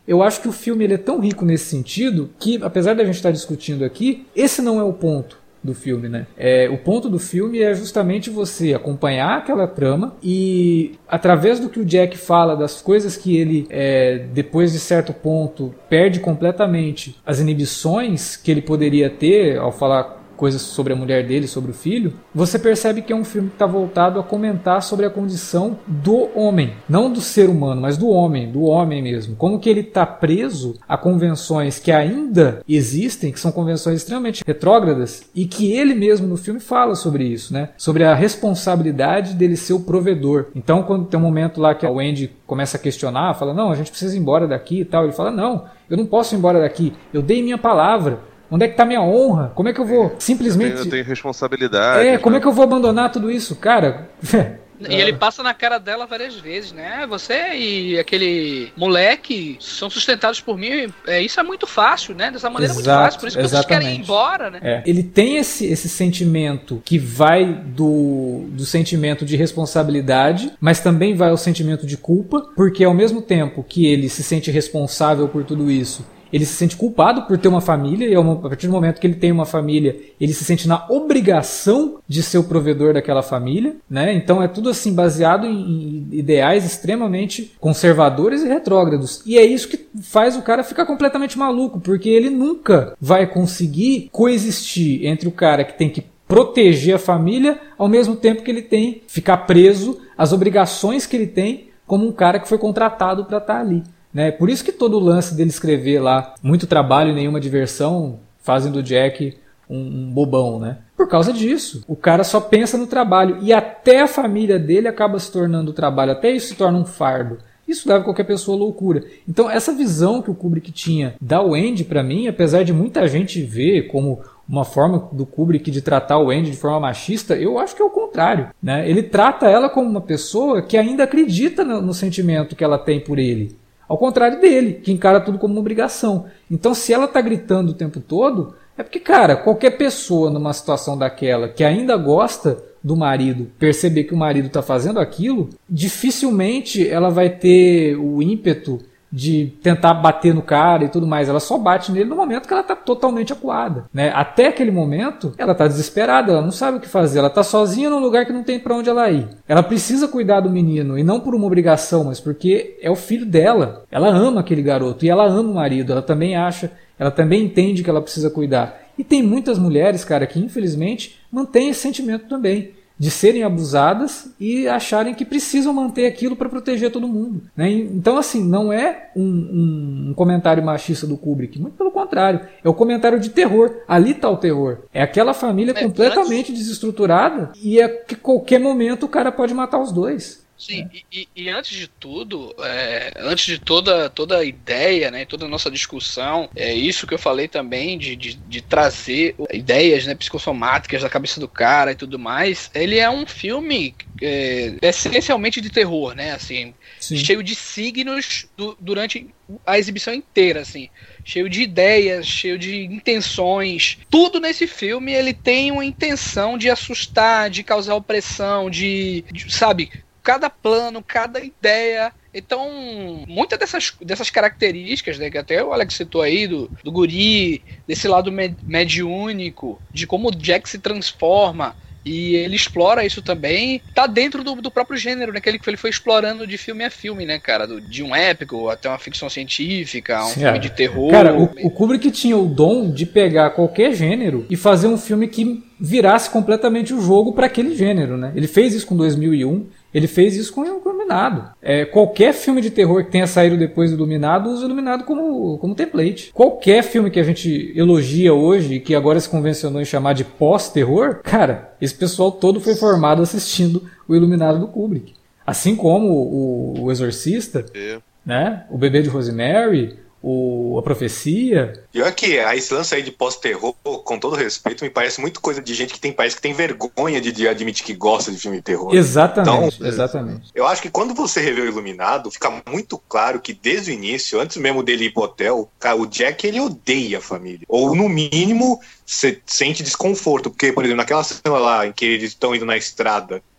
Eu acho que o filme ele é tão rico nesse sentido que, apesar da gente estar discutindo aqui, esse não é o ponto do filme, né? É, o ponto do filme é justamente você acompanhar aquela trama e, através do que o Jack fala, das coisas que ele, é, depois de certo ponto, perde completamente as inibições que ele poderia ter ao falar coisas sobre a mulher dele, sobre o filho, você percebe que é um filme que está voltado a comentar sobre a condição do homem, não do ser humano, mas do homem, do homem mesmo. Como que ele está preso a convenções que ainda existem, que são convenções extremamente retrógradas, e que ele mesmo no filme fala sobre isso, né? Sobre a responsabilidade dele ser o provedor. Então, quando tem um momento lá que a Wendy começa a questionar, fala, não, a gente precisa ir embora daqui e tal, ele fala, não, eu não posso ir embora daqui, eu dei minha palavra. Onde é que tá minha honra? Como é que eu vou simplesmente... Eu tenho, eu tenho responsabilidade. É, como né? é que eu vou abandonar tudo isso? Cara... E ele passa na cara dela várias vezes, né? Você e aquele moleque são sustentados por mim. É, isso é muito fácil, né? Dessa maneira Exato, é muito fácil. Por isso que exatamente. vocês querem ir embora, né? É. Ele tem esse, esse sentimento que vai do, do sentimento de responsabilidade, mas também vai ao sentimento de culpa, porque ao mesmo tempo que ele se sente responsável por tudo isso, ele se sente culpado por ter uma família, e a partir do momento que ele tem uma família, ele se sente na obrigação de ser o provedor daquela família, né? Então é tudo assim baseado em ideais extremamente conservadores e retrógrados. E é isso que faz o cara ficar completamente maluco, porque ele nunca vai conseguir coexistir entre o cara que tem que proteger a família, ao mesmo tempo que ele tem que ficar preso às obrigações que ele tem como um cara que foi contratado para estar ali. Né? Por isso que todo o lance dele escrever lá muito trabalho e nenhuma diversão fazem do Jack um, um bobão, né? Por causa disso. O cara só pensa no trabalho e até a família dele acaba se tornando o trabalho, até isso se torna um fardo. Isso leva qualquer pessoa à loucura. Então essa visão que o Kubrick tinha da Wendy, para mim, apesar de muita gente ver como uma forma do Kubrick de tratar o Wendy de forma machista, eu acho que é o contrário, né? Ele trata ela como uma pessoa que ainda acredita no, no sentimento que ela tem por ele. Ao contrário dele, que encara tudo como uma obrigação. Então, se ela está gritando o tempo todo, é porque, cara, qualquer pessoa numa situação daquela que ainda gosta do marido, perceber que o marido está fazendo aquilo, dificilmente ela vai ter o ímpeto de tentar bater no cara e tudo mais. Ela só bate nele no momento que ela está totalmente acuada, né? Até aquele momento, ela está desesperada, ela não sabe o que fazer, ela está sozinha num lugar que não tem para onde ela ir. Ela precisa cuidar do menino, e não por uma obrigação, mas porque é o filho dela. Ela ama aquele garoto, e ela ama o marido, ela também acha, ela também entende que ela precisa cuidar. E tem muitas mulheres, cara, que infelizmente mantêm esse sentimento também, de serem abusadas e acharem que precisam manter aquilo para proteger todo mundo, né? Então, assim, não é um, um, um comentário machista do Kubrick, muito pelo contrário, é o comentário de terror. Ali está o terror. É aquela família é, completamente antes... desestruturada e a que qualquer momento o cara pode matar os dois. Sim, é. e, e antes de tudo, é, antes de toda, toda a ideia, né, toda a nossa discussão, é isso que eu falei também de, de, de trazer ideias, né, psicossomáticas da cabeça do cara e tudo mais, ele é um filme é, essencialmente de terror, né, assim, Sim. cheio de signos do, durante a exibição inteira, assim, cheio de ideias, cheio de intenções. Tudo nesse filme ele tem uma intenção de assustar, de causar opressão, de, de sabe... cada plano, cada ideia. Então, muitas dessas, dessas características, né, que até o Alex citou aí, do, do guri, desse lado med- mediúnico, de como o Jack se transforma, e ele explora isso também, tá dentro do, do próprio gênero, né, que ele, que ele foi explorando de filme a filme, né, cara, do, de um épico até uma ficção científica, um Sim, filme é. de terror. Cara, o, o Kubrick tinha o dom de pegar qualquer gênero e fazer um filme que virasse completamente o jogo para aquele gênero, né? Ele fez isso com dois mil e um, ele fez isso com o Iluminado. É, qualquer filme de terror que tenha saído depois do Iluminado, usa o Iluminado como, como template. Qualquer filme que a gente elogia hoje, que agora se convencionou em chamar de pós-terror, cara, esse pessoal todo foi formado assistindo o Iluminado do Kubrick. Assim como o, o Exorcista, é. né? O Bebê de Rosemary... O, a Profecia. Pior que a esse lance aí de pós-terror, com todo respeito, me parece muito coisa de gente que tem país que tem vergonha de, de admitir que gosta de filme de terror. Exatamente, então, exatamente. Eu acho que quando você revê o Iluminado, fica muito claro que desde o início, antes mesmo dele ir pro hotel, o Jack, ele odeia a família. Ou, no mínimo, você sente desconforto. Porque, por exemplo, naquela cena lá em que eles estão indo na estrada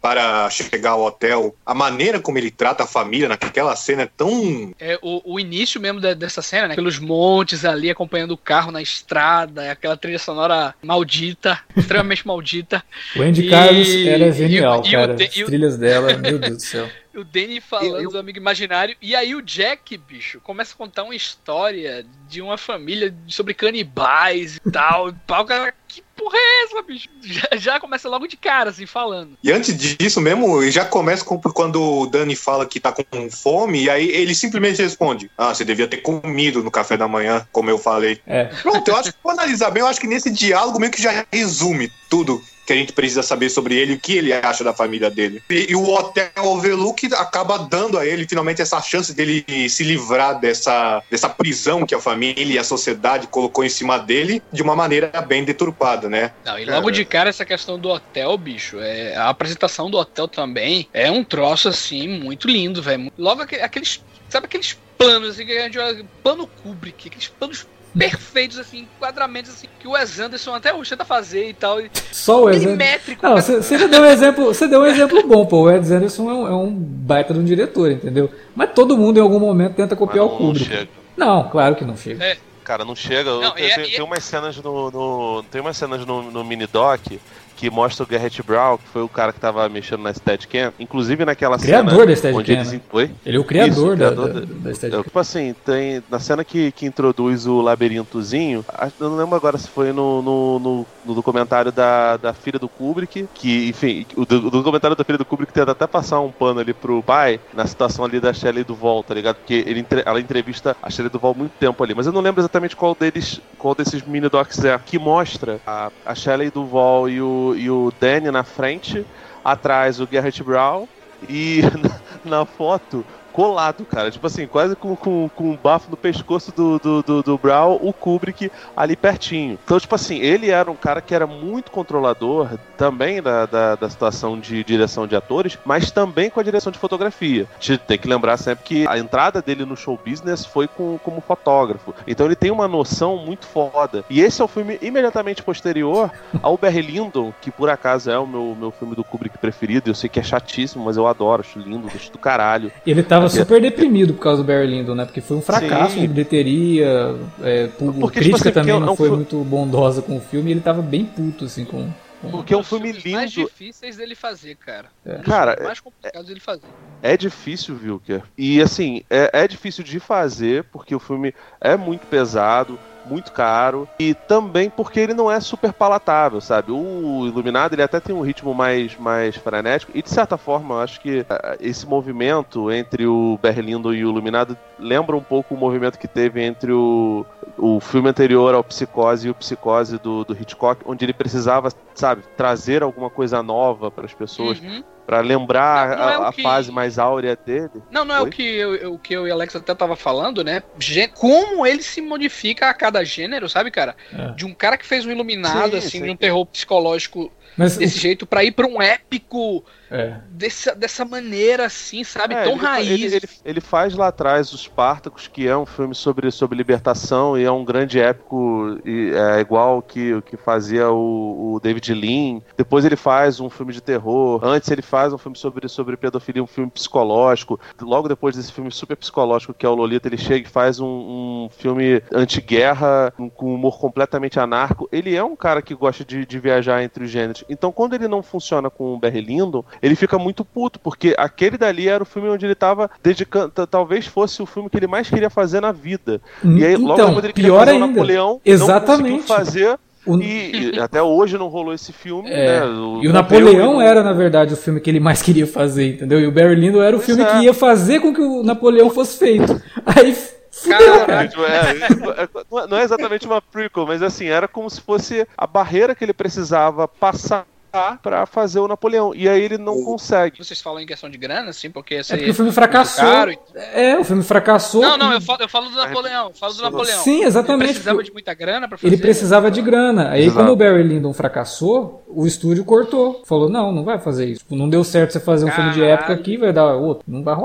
para chegar ao hotel, a maneira como ele trata a família naquela cena é tão... É, o, o início mesmo de, dessa cena, né? Pelos montes ali, acompanhando o carro na estrada, aquela trilha sonora maldita, extremamente maldita. O Andy e, Carlos era genial, e, cara. E o, As trilhas dela, meu Deus do céu. O Danny falando eu... do amigo imaginário. E aí o Jack, bicho, começa a contar uma história de uma família sobre canibais e tal. E pau, cara, que porra é essa, bicho? Já, já começa logo de cara, assim, falando. E antes disso mesmo, já começa com, quando o Danny fala que tá com fome, e aí ele simplesmente responde: ah, você devia ter comido no café da manhã, como eu falei. É. Pronto, eu acho que, vou analisar bem, eu acho que nesse diálogo meio que já resume tudo que a gente precisa saber sobre ele, o que ele acha da família dele. E, e o Hotel Overlook acaba dando a ele finalmente essa chance dele se livrar dessa, dessa prisão que a família e a sociedade colocou em cima dele de uma maneira bem deturpada, né? Não, e logo é. de cara essa questão do hotel, bicho, é, a apresentação do hotel também é um troço assim muito lindo, velho. Logo aqueles, sabe aqueles planos assim, que a gente olha, plano Kubrick, aqueles planos perfeitos, assim, enquadramentos assim, que o Wes Anderson até hoje tenta fazer e tal. Só o Wes Anderson. Não, você deu um exemplo, você deu um exemplo bom, pô. O Wes Anderson é um, é um baita de um diretor, entendeu? Mas todo mundo em algum momento tenta copiar não, o Kubrick. Não, chega. Não, claro que não chega. É. Cara, não chega. Não, tem, é, tem, é... tem umas cenas no, no tem umas cenas no, no mini doc que mostra o Garrett Brown, que foi o cara que tava mexendo na Steadicam, inclusive naquela criador cena... Da Steadicam, onde eles... né? Oi? Ele é o criador, Isso, o criador da, da, da, da Steadicam. Tipo assim, tem na cena que, que introduz o labirintozinho, eu não lembro agora se foi no, no, no, no documentário da, da filha do Kubrick, que, enfim, o, o documentário da filha do Kubrick tenta até passar um pano ali pro pai, na situação ali da Shelley Duvall, tá ligado? Porque ele, ela entrevista a Shelley Duvall muito tempo ali, mas eu não lembro exatamente qual deles, qual desses mini docs é, que mostra a, a Shelley Duvall e o, e o Danny na frente, atrás o Garrett Brown e na, na foto colado, cara, tipo assim, quase com, com, com um bafo no pescoço do, do, do, do Brown, o Kubrick ali pertinho. Então, tipo assim, ele era um cara que era muito controlador também da, da, da situação de direção de atores, mas também com a direção de fotografia. A gente tem que lembrar sempre que a entrada dele no show business foi com, como fotógrafo. Então ele tem uma noção muito foda. E esse é o filme imediatamente posterior ao Barry Lyndon, que por acaso é o meu, meu filme do Kubrick preferido. Eu sei que é chatíssimo, mas eu adoro, acho lindo, acho do caralho. Ele tava super deprimido por causa do Barry Lyndon, né? Porque foi um fracasso Sim. de bilheteria, é, porque, crítica tipo assim, também não foi, foi muito bondosa com o filme, e ele tava bem puto, assim, com... com... Porque é um filme lindo. mais difíceis dele fazer, cara. É. Cara, mais complicados dele fazer. É difícil, Wilker. E, assim, é, é difícil de fazer, porque o filme é muito pesado, muito caro, e também porque ele não é super palatável, sabe? O Iluminado, ele até tem um ritmo mais, mais frenético, e de certa forma, eu acho que uh, esse movimento entre o Barry Lyndon e o Iluminado lembra um pouco o movimento que teve entre o, o filme anterior ao Psicose e o Psicose do, do Hitchcock, onde ele precisava, sabe, trazer alguma coisa nova para as pessoas. Uhum. Pra lembrar não, não é a, a que... fase mais áurea dele. Não, não é o que, eu, o que eu e Alex até tava falando, né? Gê... Como ele se modifica a cada gênero, sabe, cara? É. De um cara que fez um Iluminado, sim, assim, sim. de um terror psicológico Mas, desse o... jeito, pra ir pra um épico é. dessa, dessa maneira, assim, sabe? É, Tão ele, raiz. Ele, ele, ele faz lá atrás Os Spartacus, que é um filme sobre, sobre libertação e é um grande épico, e é igual que o que fazia o, o David Lean. Depois ele faz um filme de terror. Antes ele faz um filme sobre, sobre pedofilia, um filme psicológico. Logo depois desse filme super psicológico que é o Lolita, ele chega e faz um, um filme anti-guerra, um, com humor completamente anarco. Ele é um cara que gosta de, de viajar entre os gêneros. Então quando ele não funciona com o Barry Lyndon, ele fica muito puto, porque aquele dali era o filme onde ele tava dedicando, talvez fosse o filme que ele mais queria fazer na vida. E aí então, logo quando ele queria fazer o Napoleão, Exatamente. não conseguiu fazer... O... E, e até hoje não rolou esse filme, é. né? O e o Napoleão era, na verdade, o filme que ele mais queria fazer, entendeu? E o Barry Lyndon era o pois filme é. que ia fazer com que o Napoleão fosse feito. Aí... Caralho, é, é, não é exatamente uma prequel, mas assim, era como se fosse a barreira que ele precisava passar pra fazer o Napoleão, e aí ele não consegue. Vocês falam em questão de grana, assim, porque esse é porque o filme fracassou. E... É, o filme fracassou. Não, não, eu falo, eu falo do Napoleão, eu falo do Napoleão. Sim, exatamente. Ele precisava de muita grana pra fazer. Ele precisava de grana. Aí, Exato. Como o Barry Lyndon fracassou, o estúdio cortou. Falou, não, não vai fazer isso. Não deu certo você fazer um Caralho. filme de época aqui, vai dar outro. Não vai rolar.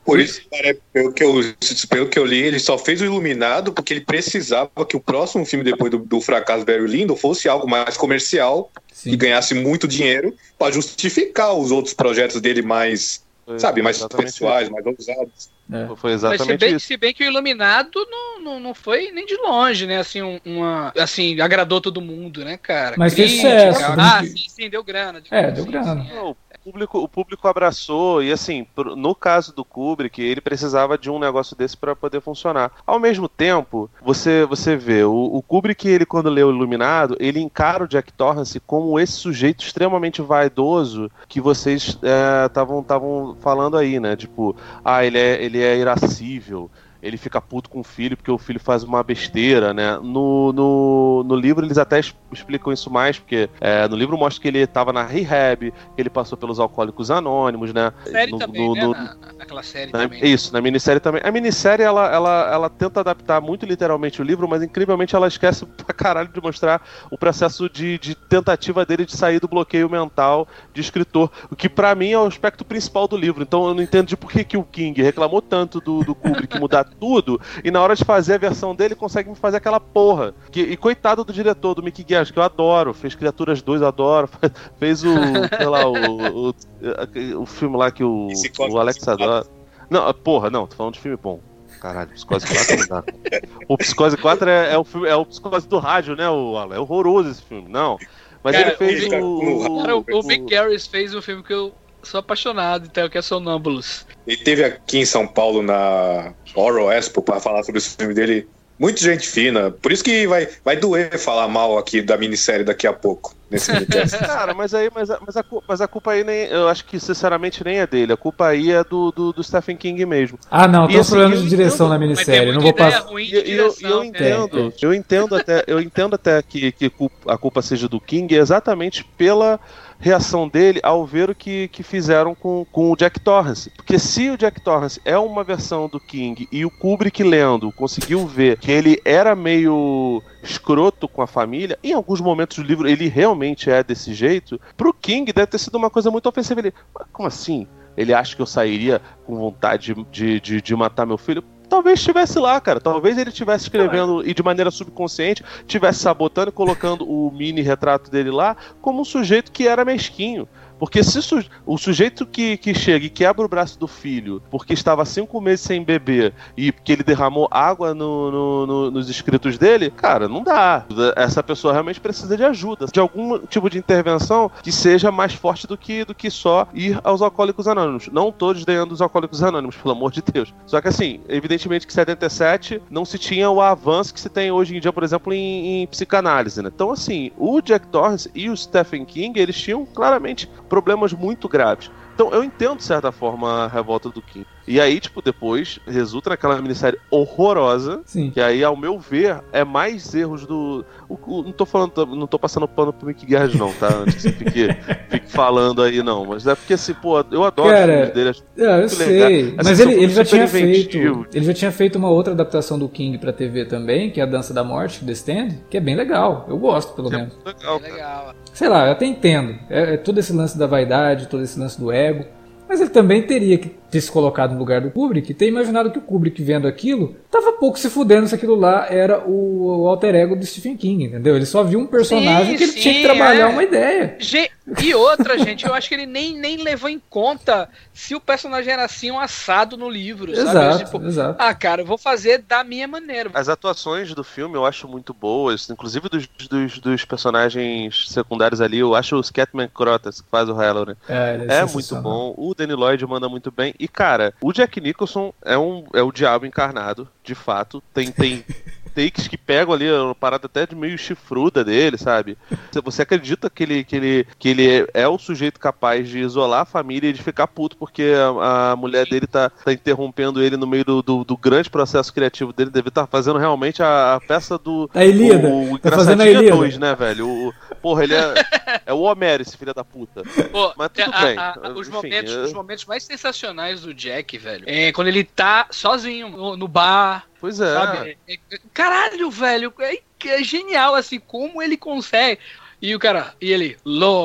Por isso, pelo que, eu, pelo que eu li, ele só fez o Iluminado porque ele precisava que o próximo filme, depois do, do fracasso do Barry Lyndon, fosse algo mais comercial, Sim. que ganhasse muito dinheiro para justificar os outros projetos dele mais, foi, sabe, mais pessoais, isso. mais ousados. É. Foi exatamente Mas se bem, isso. se bem que o Iluminado não, não, não foi nem de longe, né? Assim, um, uma, assim, agradou todo mundo, né, cara? Mas fez sucesso. Ah, sim, sim, deu grana. É, deu sim, grana. Sim, é. O público, o público abraçou, e assim, no caso do Kubrick, ele precisava de um negócio desse para poder funcionar. Ao mesmo tempo, você, você vê, o, o Kubrick, ele quando leu o Iluminado, ele encara o Jack Torrance como esse sujeito extremamente vaidoso que vocês estavam é, falando aí, né? Tipo, ah, ele é, ele é irascível, ele fica puto com o filho porque o filho faz uma besteira, né? No, no, no livro eles até explicam isso mais, porque é, no livro mostra que ele estava na rehab, que ele passou pelos Alcoólicos Anônimos, né? Série no, também, no, né? No, na, naquela série na, também. Isso, na minissérie também. A minissérie, ela, ela, ela tenta adaptar muito literalmente o livro, mas incrivelmente ela esquece pra caralho de mostrar o processo de, de tentativa dele de sair do bloqueio mental de escritor, o que pra mim é o aspecto principal do livro. Então eu não entendo de por que, que o King reclamou tanto do, do Kubrick mudar tudo, e na hora de fazer a versão dele, consegue me fazer aquela porra. Que, e coitado do diretor, do Mickey Gersh, que eu adoro, fez Criaturas dois, eu adoro, fez o, sei lá, o, o, o filme lá que o, o Alex adora. Não, porra, não, tô falando de filme bom. Caralho, Psicose quatro não dá. O Psicose quatro é, é, o, filme, é o Psicose do rádio, né, o Alan? É horroroso esse filme, não. Mas cara, ele fez o... o... Cara, o, o Mick Garris fez um filme que eu sou apaixonado, então, que é Sonâmbulos. Ele teve aqui em São Paulo na Horror Expo para falar sobre esse filme dele. Muita gente fina. Por isso que vai, vai doer falar mal aqui da minissérie daqui a pouco. Nesse Cara, mas aí mas a, mas, a, mas a culpa aí nem. Eu acho que sinceramente nem é dele. A culpa aí é do, do, do Stephen King mesmo. Ah, não, tô assim, falando de direção na minissérie. Não vou passar. E eu, eu, eu entendo, eu entendo até, eu entendo até que, que a culpa seja do King exatamente pela reação dele ao ver o que, que fizeram com, com o Jack Torrance. Porque se o Jack Torrance é uma versão do King e o Kubrick lendo conseguiu ver que ele era meio escroto com a família, em alguns momentos do livro ele realmente é desse jeito, pro King deve ter sido uma coisa muito ofensiva. Ele, mas como assim? Ele acha que eu sairia com vontade de, de, de matar meu filho? Talvez estivesse lá, cara. Talvez ele estivesse escrevendo e de maneira subconsciente estivesse sabotando e colocando o mini retrato dele lá como um sujeito que era mesquinho. Porque se su- o sujeito que, que chega e quebra o braço do filho porque estava cinco meses sem beber e que ele derramou água no, no, no, nos escritos dele, cara, não dá. Essa pessoa realmente precisa de ajuda, de algum tipo de intervenção que seja mais forte do que, do que só ir aos Alcoólicos Anônimos. Não todos desdenhando os Alcoólicos Anônimos, pelo amor de Deus. Só que assim, evidentemente que em setenta e sete não se tinha o avanço que se tem hoje em dia, por exemplo, em, em psicanálise, né? Então assim, o Jack Torrance e o Stephen King, eles tinham claramente problemas muito graves. Então eu entendo, de certa forma, a revolta do King. E aí, tipo, depois resulta naquela minissérie horrorosa. Sim. Que aí, ao meu ver, é mais erros do... O, o, não tô falando, não tô passando pano pro Mick Garris, não, tá? Antes que você fique, fique falando aí, não. Mas é porque, assim, pô, eu adoro Cara, os filmes dele. Acho é, eu sei. Legal. Mas assim, ele, ele já tinha feito... inventivo. Ele já tinha feito uma outra adaptação do King pra T V também, que é a Dança da Morte, The Stand, que é bem legal. Eu gosto, pelo é menos. Legal, é legal. Sei lá, eu até entendo. É, é todo esse lance da vaidade, todo esse lance do ego. Mas ele também teria que ter se colocado no lugar do Kubrick e ter imaginado que o Kubrick, vendo aquilo, tava pouco se fudendo se aquilo lá era o, o alter ego do Stephen King, entendeu? Ele só viu um personagem sim, que ele sim, tinha que trabalhar é. uma ideia. Ge- e outra, gente, eu acho que ele nem, nem levou em conta se o personagem era assim um assado no livro, exato, sabe? Tipo, exato. Ah, cara, eu vou fazer da minha maneira. As atuações do filme eu acho muito boas, inclusive dos, dos, dos personagens secundários ali, eu acho o Scatman Crothers, que faz o Halloran, é, é, é muito bom. O Danny Lloyd manda muito bem. E, cara, o Jack Nicholson é, um, é o diabo encarnado, de fato. Tem, tem takes que pegam ali, uma parada até de meio chifruda dele, sabe? Você acredita que ele, que ele, que ele é, é o sujeito capaz de isolar a família e de ficar puto porque a, a mulher dele tá, tá interrompendo ele no meio do, do, do grande processo criativo dele. Deve estar tá fazendo realmente a, a peça do... A Ilíada. O, o tá fazendo a Ilíada. dois, né, velho? O, porra, ele é, é o Homero, esse filho da puta. Pô, mas tudo a, bem. A, a, os, Enfim, momentos, eu... os momentos mais sensacionais do Jack, velho, é quando ele tá sozinho no, no bar. Pois é. Sabe? É, é. Caralho, velho, é, é genial, assim, como ele consegue. E o cara, e ele, Lloyd,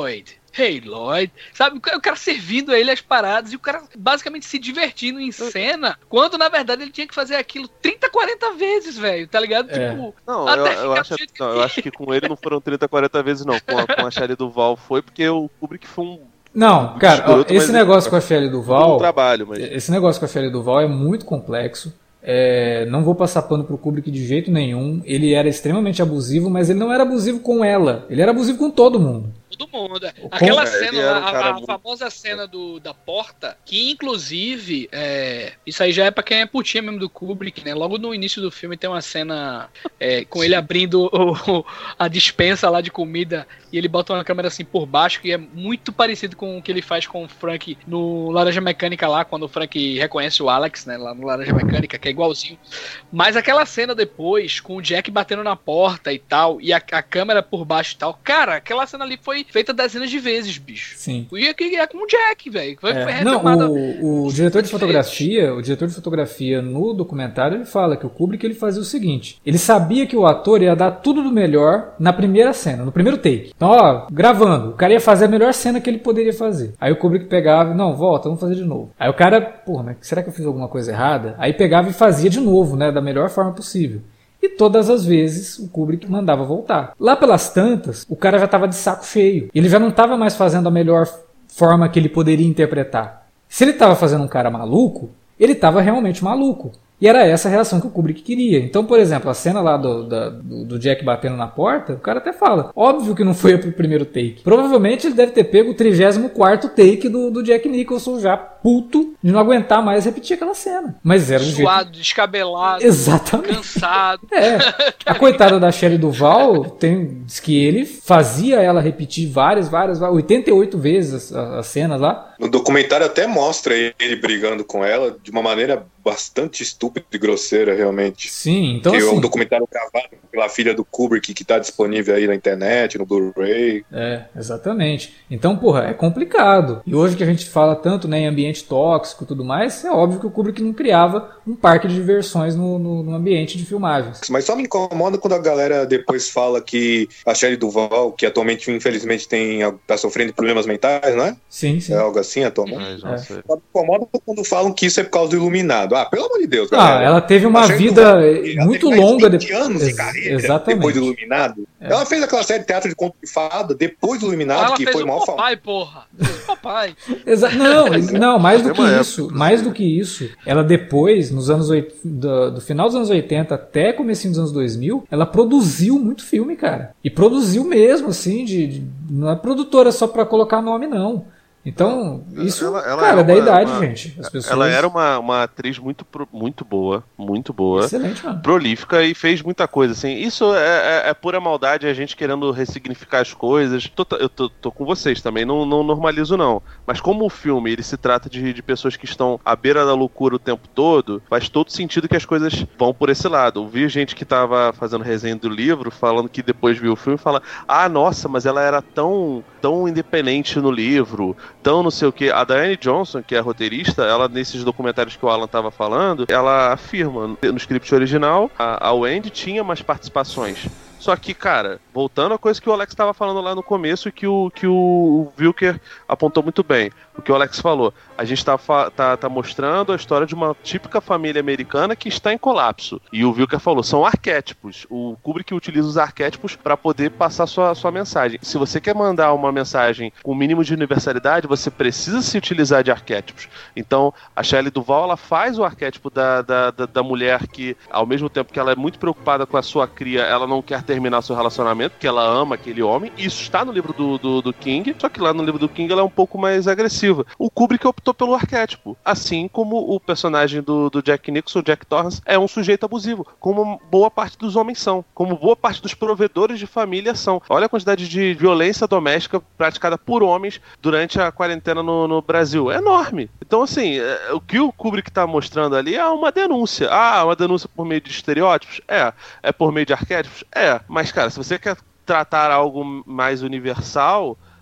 Hey Lloyd, sabe, o cara servindo a ele as paradas e o cara basicamente se divertindo em cena, quando na verdade ele tinha que fazer aquilo trinta, quarenta vezes, velho, tá ligado? É. Tipo, não, eu, eu, acho, que... não, eu acho que com ele não foram trinta, quarenta vezes não, com a, com a Shelley Duvall foi porque o Kubrick foi um Não, cara, ó, esse negócio com a Shelley Duvall, um trabalho, mas... esse negócio com a Shelley Duvall é muito complexo. É, não vou passar pano pro Kubrick de jeito nenhum. Ele era extremamente abusivo, mas ele não era abusivo com ela. Ele era abusivo com todo mundo. Todo mundo. Aquela é, cena, um a, a muito... famosa cena do, da porta, que inclusive, é, isso aí já é pra quem é putinha mesmo do Kubrick, né? Logo no início do filme tem uma cena é, com ele abrindo o, o, a dispensa lá de comida e ele bota uma câmera assim por baixo, que é muito parecido com o que ele faz com o Frank no Laranja Mecânica lá, quando o Frank reconhece o Alex, né? Lá no Laranja Mecânica, que é igualzinho. Mas aquela cena depois, com o Jack batendo na porta e tal, e a, a câmera por baixo e tal, cara, aquela cena ali foi feita dezenas de vezes, bicho. Sim. E aqui é com o Jack, velho. Foi, é. foi Não, o, o diretor de fotografia, o diretor de fotografia no documentário, ele fala que o Kubrick ele fazia o seguinte: ele sabia que o ator ia dar tudo do melhor na primeira cena, no primeiro take. Então, ó, gravando, o cara ia fazer a melhor cena que ele poderia fazer. Aí o Kubrick pegava, não, volta, vamos fazer de novo. Aí o cara, porra, mas será que eu fiz alguma coisa errada? Aí pegava e fazia de novo, né, da melhor forma possível. E todas as vezes o Kubrick mandava voltar. Lá pelas tantas, o cara já estava de saco cheio. Ele já não estava mais fazendo a melhor forma que ele poderia interpretar. Se ele estava fazendo um cara maluco, ele estava realmente maluco. E era essa a reação que o Kubrick queria. Então, por exemplo, a cena lá do, da, do, do Jack batendo na porta, o cara até fala, óbvio que não foi pro primeiro take. Provavelmente ele deve ter pego o trigésimo quarto take do, do Jack Nicholson já puto de não aguentar mais repetir aquela cena. Mas era um suado, jeito... descabelado, exatamente, cansado. É. A coitada da Shelley Duvall tem, diz que ele fazia ela repetir várias, várias, oitenta e oito vezes as, as cenas lá. No documentário até mostra ele brigando com ela de uma maneira bastante estúpida e grosseira, realmente. Sim, então que assim... é um documentário gravado pela filha do Kubrick que está disponível aí na internet, no Blu-ray. É, exatamente. Então, porra, é complicado. E hoje que a gente fala tanto, né, em ambiente tóxico e tudo mais, é óbvio que o Kubrick não criava um parque de diversões no, no, no ambiente de filmagens. Mas só me incomoda quando a galera depois fala que a Shelley Duvall, que atualmente, infelizmente, tem, tá sofrendo problemas mentais, não é? Sim, sim. É algo assim atualmente? É. Só me incomoda quando falam que isso é por causa do Iluminado. Ah, pelo amor de Deus, Ah, galera. ela teve uma vida Duvall, muito ela teve longa vinte de... anos de Ex- carreira exatamente. depois do Iluminado. É. Ela fez aquela série de teatro de conto de fada depois do Iluminado, Ela que fez foi o mal falado. papai, porra. Fez o papai. Exa- não, não, mais do que Mesma isso, época. mais do que isso, ela depois, nos anos oit- do, do final dos anos oitenta até comecinho dos anos dois mil, ela produziu muito filme, cara. E produziu mesmo, assim, de, de- não é produtora só pra colocar nome, não. Então, isso, Ela- ela cara, é é da uma- idade, uma- gente. As pessoas... Ela era uma, uma atriz muito, pro- muito boa, muito boa. excelente, mano. Prolífica e fez muita coisa, assim. Isso é, é- é pura maldade, a gente querendo ressignificar as coisas. Tô- eu tô, tô com vocês também, não, não normalizo não. Mas como o filme, ele se trata de, de pessoas que estão à beira da loucura o tempo todo, faz todo sentido que as coisas vão por esse lado. Eu vi gente que tava fazendo resenha do livro, falando que depois viu o filme e fala, ah, nossa, mas ela era tão, tão independente no livro, tão não sei o que. A Diane Johnson, que é a roteirista, ela nesses documentários que o Alan tava falando, ela afirma, no script original, a, a Wendy tinha mais participações. Só que, cara, voltando à coisa que o Alex estava falando lá no começo e que o, que o Wilker apontou muito bem. O que o Alex falou. A gente tá, tá, tá mostrando a história de uma típica família americana que está em colapso. E o Wilker falou, são arquétipos. O Kubrick utiliza os arquétipos para poder passar sua, sua mensagem. Se você quer mandar uma mensagem com o mínimo de universalidade, você precisa se utilizar de arquétipos. Então, a Shelley Duvall, ela faz o arquétipo da, da, da, da mulher que, ao mesmo tempo que ela é muito preocupada com a sua cria, ela não quer terminar seu relacionamento, porque ela ama aquele homem. Isso está no livro do, do, do King, só que lá no livro do King ela é um pouco mais agressiva. O Kubrick optou pelo arquétipo, assim como o personagem do, do Jack Nicholson, Jack Torrance, é um sujeito abusivo, como boa parte dos homens são, como boa parte dos provedores de família são. Olha a quantidade de violência doméstica praticada por homens durante a quarentena no, no Brasil. É enorme. Então, assim, é, o que o Kubrick está mostrando ali é uma denúncia. Ah, uma denúncia por meio de estereótipos? É. É por meio de arquétipos? É. Mas, cara, se você quer tratar algo mais universal,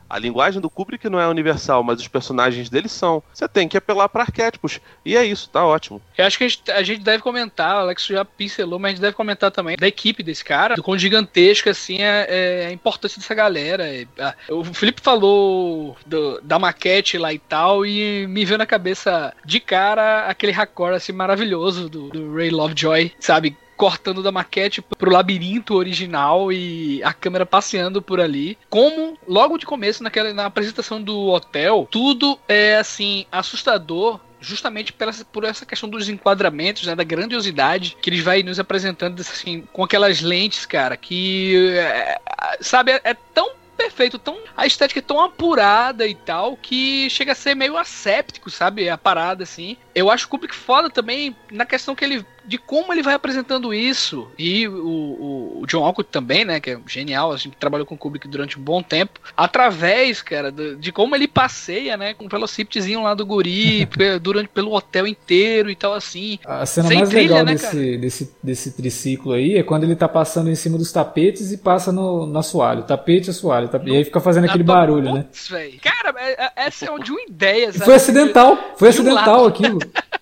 A linguagem do Kubrick não é universal, mas os personagens dele são. Você tem que apelar para arquétipos. E é isso, tá ótimo. Eu acho que a gente, a gente deve comentar, o Alex já pincelou, mas a gente deve comentar também da equipe desse cara, do quão gigantesca assim, é, é a importância dessa galera. É, a, o Felipe falou do, da maquete lá e tal, e me veio na cabeça de cara aquele raccord assim, maravilhoso do, do Ray Lovejoy, sabe? Cortando da maquete pro labirinto original e a câmera passeando por ali. Como, logo de começo, naquela, na apresentação do hotel, tudo é, assim, assustador, justamente pela, por essa questão dos enquadramentos, né, da grandiosidade que eles vai nos apresentando, assim, com aquelas lentes, cara, que, é, sabe, é, é tão perfeito, tão, a estética é tão apurada e tal, que chega a ser meio asséptico, sabe, a parada, assim. Eu acho o Kubrick foda também na questão que ele, de como ele vai apresentando isso, e o, o, o John Alcott também, né, que é genial, assim, que trabalhou com o Kubrick durante um bom tempo, através, cara, de, de como ele passeia, né, com o velociptezinho lá do guri, durante, pelo hotel inteiro e tal, assim. A cena mais trilha, legal né, desse, desse, desse triciclo aí é quando ele tá passando em cima dos tapetes e passa no, no assoalho, tapete e assoalho, tapete, no, e aí fica fazendo aquele barulho, né. Véio. Cara, essa é de uma ideia, sabe? Foi acidental, foi acidental um aquilo.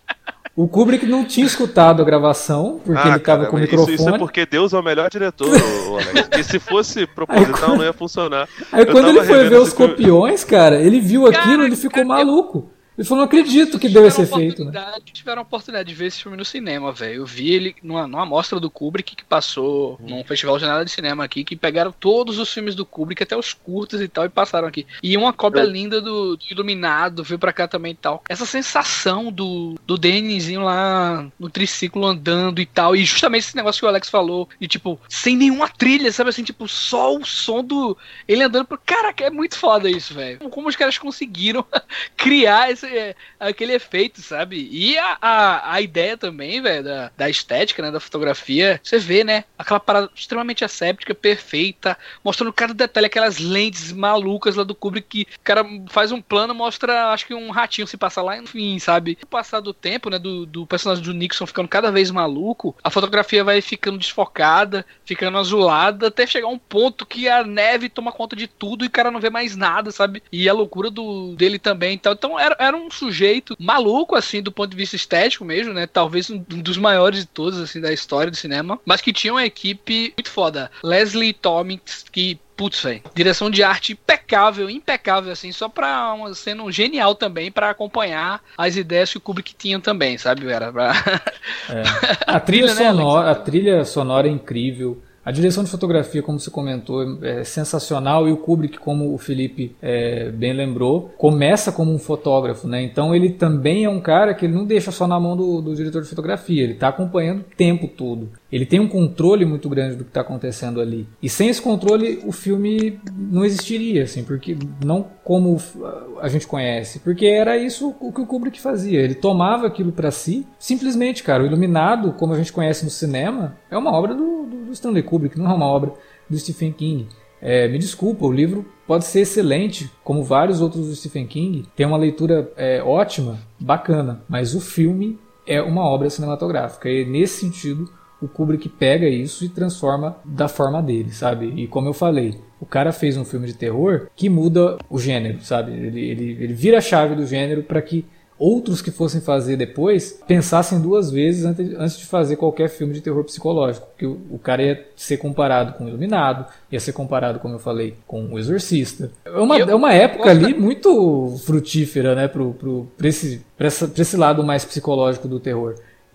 O Kubrick não tinha escutado a gravação, porque ah, ele tava cara, com o microfone. Isso, isso é porque Deus é o melhor diretor, Alex. E se fosse proposital, aí, não ia funcionar. Aí eu quando ele foi ver os copiões, cara, ele viu aquilo e ele ficou cara, maluco. Ele falou, não acredito que deu esse efeito, né? Tiveram a oportunidade de ver esse filme no cinema, velho. Eu vi ele numa, numa mostra do Kubrick que passou hum. num festival de janela de cinema aqui, que pegaram todos os filmes do Kubrick, até os curtos e tal, e passaram aqui. E uma cópia Eu... linda do, do Iluminado, veio pra cá também e tal. Essa sensação do, do Deniszinho lá no triciclo andando e tal, e justamente esse negócio que o Alex falou, de tipo, sem nenhuma trilha, sabe assim, tipo, só o som do... ele andando por... Caraca, é muito foda isso, velho. Como os caras conseguiram criar esse aquele efeito, sabe? E a, a, a ideia também, velho, da, da estética, né, da fotografia, você vê, né, aquela parada extremamente asséptica, perfeita, mostrando cada detalhe, aquelas lentes malucas lá do Kubrick, que o cara faz um plano, mostra, acho que um ratinho se passa lá, enfim, sabe? Com o passar do tempo, né, do, do personagem do Nixon ficando cada vez maluco, a fotografia vai ficando desfocada, ficando azulada, até chegar um ponto que a neve toma conta de tudo e o cara não vê mais nada, sabe? E a loucura do, dele também, então, então era, era um sujeito maluco, assim, do ponto de vista estético mesmo, né? Talvez um dos maiores de todos, assim, da história do cinema. Mas que tinha uma equipe muito foda. Leslie Tommins, que putz, velho. Direção de arte impecável, impecável, assim, só pra uma cena genial também pra acompanhar as ideias que o Kubrick tinha também, sabe? Era pra... é. A trilha sonora, a trilha sonora é incrível. A direção de fotografia, como você comentou, é sensacional, e o Kubrick, como o Felipe é, bem lembrou, começa como um fotógrafo, né? Então ele também é um cara que ele não deixa só na mão do, do diretor de fotografia, ele está acompanhando o tempo todo. Ele tem um controle muito grande do que está acontecendo ali. E sem esse controle, o filme não existiria, assim, porque não como a gente conhece, porque era isso o que o Kubrick fazia. Ele tomava aquilo para si, simplesmente, cara. O Iluminado, como a gente conhece no cinema, é uma obra do, do Stanley Kubrick, não é uma obra do Stephen King. É, me desculpa, o livro pode ser excelente, como vários outros do Stephen King, tem uma leitura é, ótima, bacana, mas o filme é uma obra cinematográfica, e nesse sentido o Kubrick pega isso e transforma da forma dele, sabe? E como eu falei, o cara fez um filme de terror que muda o gênero, sabe? Ele, ele, ele vira a chave do gênero para que outros que fossem fazer depois pensassem duas vezes antes, antes de fazer qualquer filme de terror psicológico, porque o, o cara ia ser comparado com o Iluminado, ia ser comparado, como eu falei, com o Exorcista. É uma, eu, é uma época ali muito frutífera, né, pro, pro, pra, esse, pra, essa, pra esse lado mais psicológico do terror.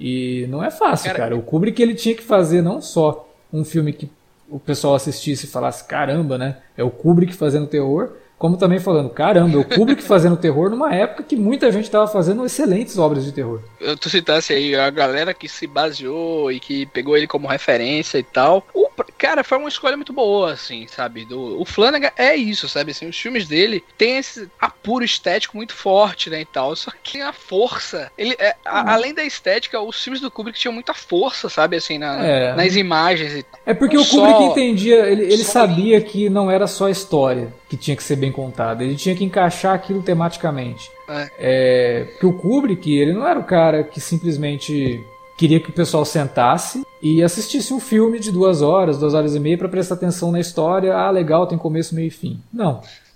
E não é fácil, cara. cara. O Kubrick, ele tinha que fazer não só um filme que o pessoal assistisse e falasse, caramba, né, é o Kubrick fazendo terror, como também falando, caramba, o Kubrick fazendo terror numa época que muita gente estava fazendo excelentes obras de terror. Tu citasse aí a galera que se baseou e que pegou ele como referência e tal. O, cara, foi uma escolha muito boa, assim, sabe? Do, o Flanagan é isso, sabe? Assim, os filmes dele tem esse apuro estético muito forte, né, e tal. Só que a força, ele, é, a, hum. além da estética, os filmes do Kubrick tinham muita força, sabe? Assim, na, é. nas imagens e tal. É porque não o Kubrick só, entendia, ele, ele sabia ali. Que não era só história que tinha que ser bem contada, ele tinha que encaixar aquilo tematicamente. É. É, porque o Kubrick, ele não era o cara que simplesmente queria que o pessoal sentasse e assistisse um filme de duas horas, duas horas e meia para prestar atenção na história. Ah, legal, tem começo, meio e fim. Não.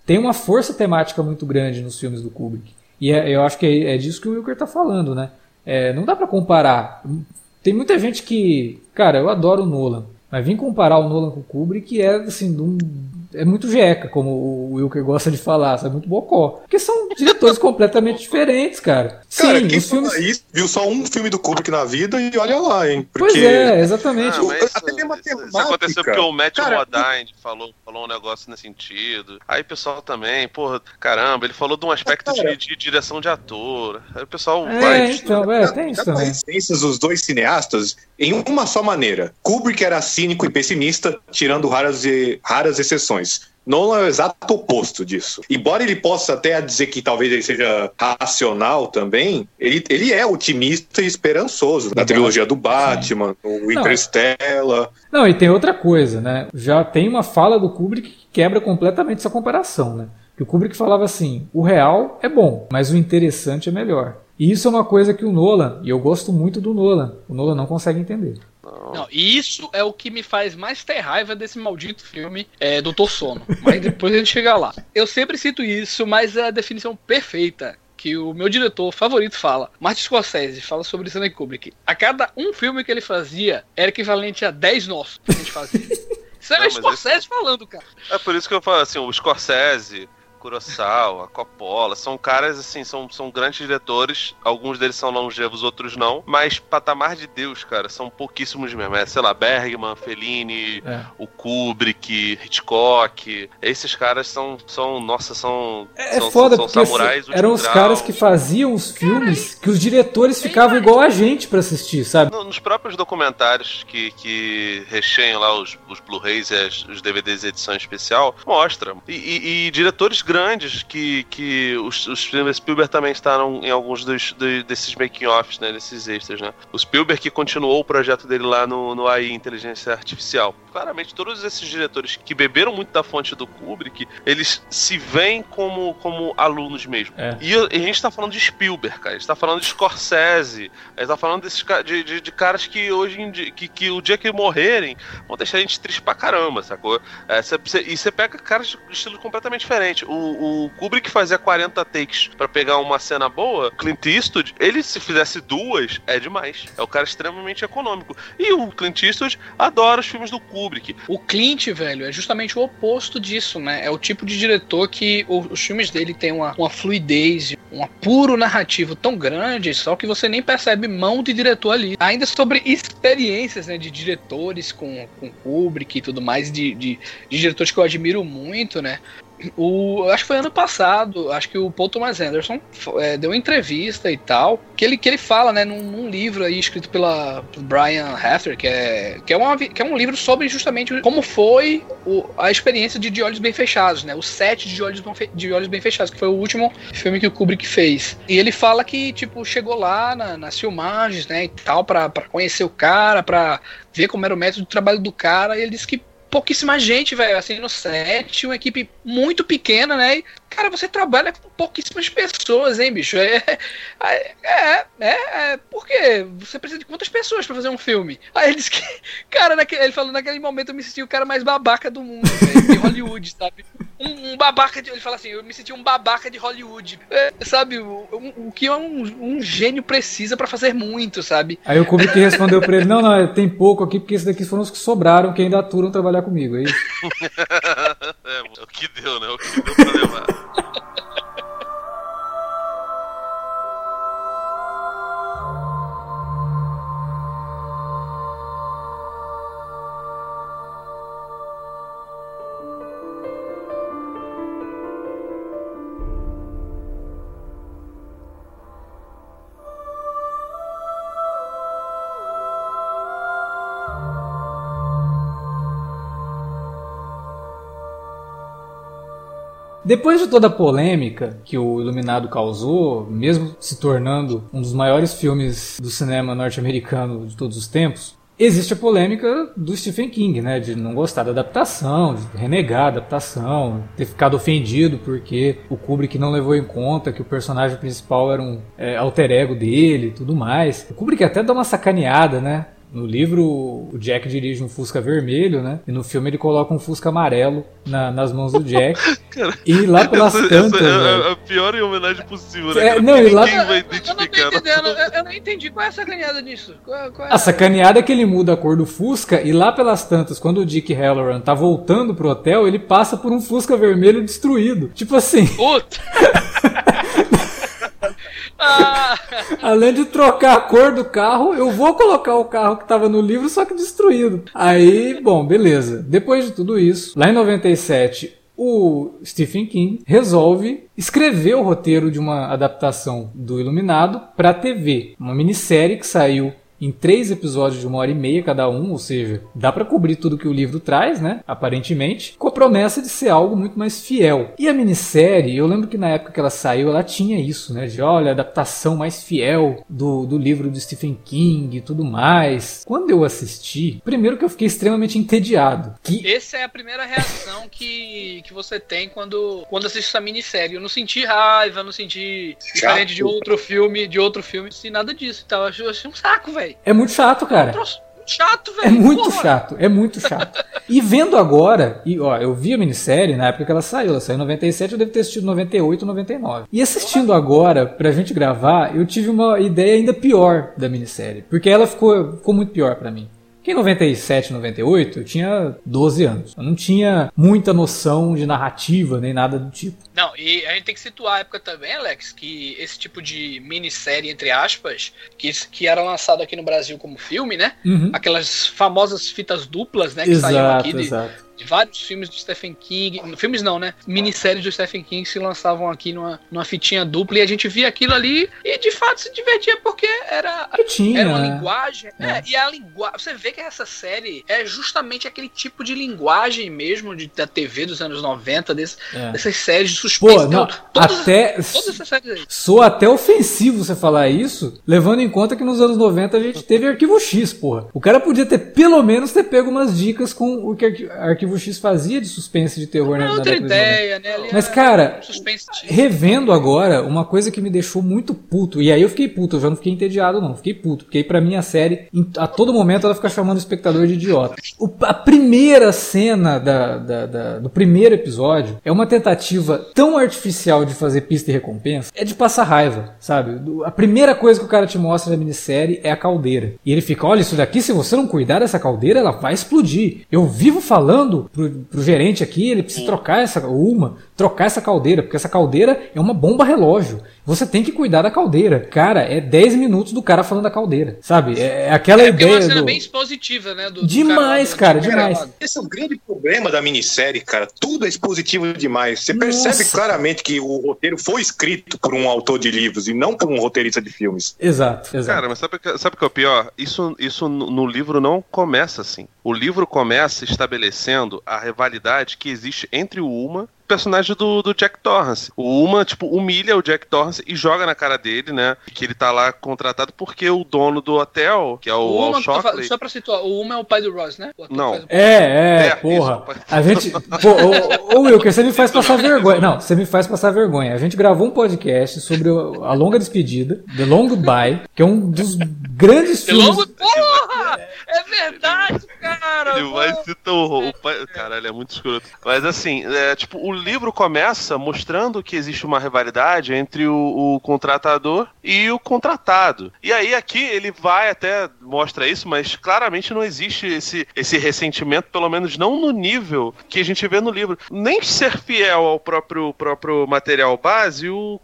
tem uma força temática muito grande nos filmes do Kubrick. E é, eu acho que é, é disso que o Wilker tá falando, né? É, não dá pra comparar. Tem muita gente que... Cara, eu adoro o Nolan. Mas vir comparar o Nolan com o Kubrick é, assim, um, é muito jeca, como o Wilker gosta de falar, sabe? Muito bocó. Porque são diretores completamente diferentes, cara. Cara, Sim, quem os filmes... isso, viu só um filme do Kubrick na vida e olha lá, hein? Porque... Pois é, exatamente. Ah, mas isso, até mesmo a isso, isso temática, aconteceu porque o Matt cara, Modine falou, falou um negócio nesse sentido. Aí o pessoal também, porra, caramba, ele falou de um aspecto de, de direção de ator. Aí o pessoal É, vai... então, é, tem isso também. referências dos dois cineastas em uma só maneira. Kubrick era cínico e pessimista, tirando raras, e, raras exceções. Nolan é o exato oposto disso. Embora ele possa até dizer que talvez ele seja racional também, ele, ele é otimista e esperançoso. Na trilogia do Batman, no Interstellar. Não, e tem outra coisa, né? Já tem uma fala do Kubrick que quebra completamente essa comparação, né? Que o Kubrick falava assim, o real é bom, mas o interessante é melhor. E isso é uma coisa que o Nolan, e eu gosto muito do Nolan, o Nolan não consegue entender. Não, e isso é o que me faz mais ter raiva desse maldito filme, é, Doutor Sono. Mas depois a gente chega lá. Eu sempre cito isso, mas é a definição perfeita que o meu diretor favorito fala. Martin Scorsese fala sobre Stanley Kubrick. A cada um filme que ele fazia, era equivalente a dez nossos que a gente fazia. Isso é o Scorsese esse... falando, cara. É por isso que eu falo assim, o Scorsese... Kurosawa, Coppola, são caras assim, são, são grandes diretores, alguns deles são longevos, outros não, mas patamar de Deus, cara, são pouquíssimos mesmo, é, sei lá, Bergman, Fellini, é. o Kubrick, Hitchcock, esses caras são, são nossa, são, é são, foda, são, são samurais, eram os grau. caras que faziam os filmes, que os diretores ficavam igual a gente pra assistir, sabe? Nos próprios documentários que, que recheiam lá os, os Blu-rays e as, os D V Ds de edição especial, mostra, e, e, e diretores grandes grandes que, que os, os Spielberg também estavam em alguns dos, dos, desses making-offs, né, desses extras, né. O Spielberg que continuou o projeto dele lá no, no A I, Inteligência Artificial. Claramente, todos esses diretores que beberam muito da fonte do Kubrick, eles se veem como, como alunos mesmo. É. E, e a gente tá falando de Spielberg, cara. A gente tá falando de Scorsese. A gente tá falando desses, de, de, de caras que hoje em dia, que, que o dia que morrerem, vão deixar a gente triste pra caramba, sacou? É, cê, cê, e você pega caras de estilo completamente diferente. O O, o Kubrick fazia quarenta takes pra pegar uma cena boa. Clint Eastwood, ele se fizesse duas, é demais. É o cara extremamente econômico. E o Clint Eastwood adora os filmes do Kubrick. O Clint, velho, é justamente o oposto disso, né? É o tipo de diretor que o, os filmes dele tem uma, uma fluidez, um apuro narrativo tão grande, só que você nem percebe mão de diretor ali. Ainda sobre experiências, né, de diretores com, com Kubrick e tudo mais, de, de, de diretores que eu admiro muito, né? O, acho que foi ano passado, acho que o Paul Thomas Anderson é, deu uma entrevista e tal, que ele, que ele fala, né, num, num livro aí escrito pela Brian Hefter, que é, que, é uma, que é um livro sobre justamente como foi o, a experiência de De Olhos Bem Fechados, né, o set de De Olhos, de Olhos Bem Fechados, que foi o último filme que o Kubrick fez. E ele fala que, tipo, chegou lá na, nas filmagens, né, e tal, pra, pra conhecer o cara, pra ver como era o método de trabalho do cara, e ele disse que pouquíssima gente, velho, assim, no set, uma equipe muito pequena, né, e, cara, você trabalha com pouquíssimas pessoas, hein, bicho, é, é, é, é, é porque você precisa de quantas pessoas pra fazer um filme? Aí ele disse que, cara, naquele, ele falou, naquele momento eu me senti o cara mais babaca do mundo, velho, de Hollywood, sabe, um, um babaca, de, ele fala assim, eu me senti um babaca de Hollywood, é, sabe, o, o, o que um, um gênio precisa pra fazer muito, sabe? Aí o Kubrick respondeu pra ele, não, não, tem pouco aqui, porque esses daqui foram os que sobraram, que ainda aturam trabalhar comigo, é isso? É, o que deu, né? O que deu pra levar. Depois de toda a polêmica que o Iluminado causou, mesmo se tornando um dos maiores filmes do cinema norte-americano de todos os tempos, existe a polêmica do Stephen King, né, de não gostar da adaptação, de renegar a adaptação, ter ficado ofendido porque o Kubrick não levou em conta que o personagem principal era um é, alter ego dele e tudo mais. O Kubrick até dá uma sacaneada, né? No livro, o Jack dirige um Fusca vermelho, né? E no filme ele coloca um Fusca amarelo na, nas mãos do Jack. Cara, e lá pelas essa, tantas... essa é a pior homenagem possível, né? É, não, e lá... eu, vai eu não tô entendendo, eu, eu não entendi qual é a sacaneada nisso. Qual, qual é a sacaneada é que ele muda a cor do Fusca e lá pelas tantas, quando o Dick Halloran tá voltando pro hotel, ele passa por um Fusca vermelho destruído. Tipo assim... Puta! Ah. Além de trocar a cor do carro, eu vou colocar o carro que tava no livro, só que destruído. Aí, bom, beleza. Depois de tudo isso, lá em noventa e sete, o Stephen King resolve escrever o roteiro de uma adaptação do Iluminado para T V. Uma minissérie que saiu em três episódios de uma hora e meia cada um, ou seja, dá pra cobrir tudo que o livro traz, né, aparentemente, com a promessa de ser algo muito mais fiel. E a minissérie, eu lembro que na época que ela saiu, ela tinha isso, né, de olha, a adaptação mais fiel do, do livro do Stephen King e tudo mais. Quando eu assisti, primeiro que eu fiquei extremamente entediado. Que... Essa é a primeira reação que, que você tem quando, quando assiste essa minissérie. Eu não senti raiva, não senti diferente de outro filme, de outro filme, não senti nada disso. Então, eu achei, eu achei um saco, velho. É muito chato, cara. Troço chato, velho. É muito Porra. chato, é muito chato. E vendo agora, e ó, eu vi a minissérie na época que ela saiu, ela saiu em noventa e sete, eu devo ter assistido em noventa e oito, noventa e nove. E assistindo agora, pra gente gravar, eu tive uma ideia ainda pior da minissérie, porque ela ficou, ficou muito pior pra mim. Porque em noventa e sete, noventa e oito, eu tinha doze anos. Eu não tinha muita noção de narrativa, nem nada do tipo. Não, e a gente tem que situar a época também, Alex, que esse tipo de minissérie, entre aspas, que, que era lançado aqui no Brasil como filme, né? Uhum. Aquelas famosas fitas duplas, né? Que exato, saíam aqui de, exato. de vários filmes do Stephen King. Filmes não, né? Minisséries do Stephen King se lançavam aqui numa, numa fitinha dupla e a gente via aquilo ali e de fato se divertia porque era, tinha, era uma né? linguagem. É. É, e a linguagem. Você vê que essa série é justamente aquele tipo de linguagem mesmo de, da T V dos anos noventa, desse, É. dessas séries de suspense. Pô, não, todas, até todas essas séries aí. sou até ofensivo você falar isso, levando em conta que nos anos noventa a gente teve Arquivo X, porra. O cara podia ter pelo menos ter pego umas dicas com o que Arquivo X fazia de suspense de terror na, É na outra década ideia, né? Ali Mas é cara, suspense. revendo agora, uma coisa que me deixou muito puto, e aí eu fiquei puto, eu já não fiquei entediado não, fiquei puto, porque aí pra mim a série, a todo momento ela fica chamando o espectador de idiota. O, a primeira cena da, da, da, do primeiro episódio é uma tentativa tão artificial de fazer pista e recompensa, é de passar raiva, sabe? A primeira coisa que o cara te mostra na minissérie é a caldeira. E ele fica, olha, isso daqui, se você não cuidar dessa caldeira, ela vai explodir. Eu vivo falando pro, pro gerente aqui, ele precisa trocar essa, uma, trocar essa caldeira, porque essa caldeira é uma bomba relógio. Você tem que cuidar da caldeira. Cara, é dez minutos do cara falando da caldeira, sabe? É, é aquela é, ideia é uma cena do... bem expositiva, né? Do, do demais, cara, cara, do, demais. cara, Esse é o grande problema da minissérie, cara. Tudo é expositivo demais. Você percebe Nossa. claramente que o roteiro foi escrito por um autor de livros e não por um roteirista de filmes. Exato, exato. Cara, mas sabe, sabe o que é o pior? Isso, isso no no livro não começa assim. O livro começa estabelecendo a rivalidade que existe entre o Uma e o personagem do, do Jack Torrance. O Uma, tipo, humilha o Jack Torrance e joga na cara dele, né? Que ele tá lá contratado porque o dono do hotel, que é o, O Al Uma, Shockley... só pra situar, o Uma é o pai do Ross, né? O ator Não. que faz o- É, é, É, porra. isso. A gente. Pô, ô, ô Wilker, você me faz passar vergonha. Não, você me faz passar vergonha. A gente gravou um podcast sobre o- A Longa Despedida, The Long Goodbye, que é um dos grandes The filmes. Longo... Porra! É verdade, cara! Ele vai Pô. citar o, o pai. Caralho, é muito escroto. Mas assim, é, tipo, o livro começa mostrando que existe uma rivalidade entre o, o contratador e o contratado. E aí aqui ele vai até mostra isso, mas claramente não existe esse, esse ressentimento, pelo menos não no nível que a gente vê no livro. Nem ser fiel ao próprio, próprio material base, o,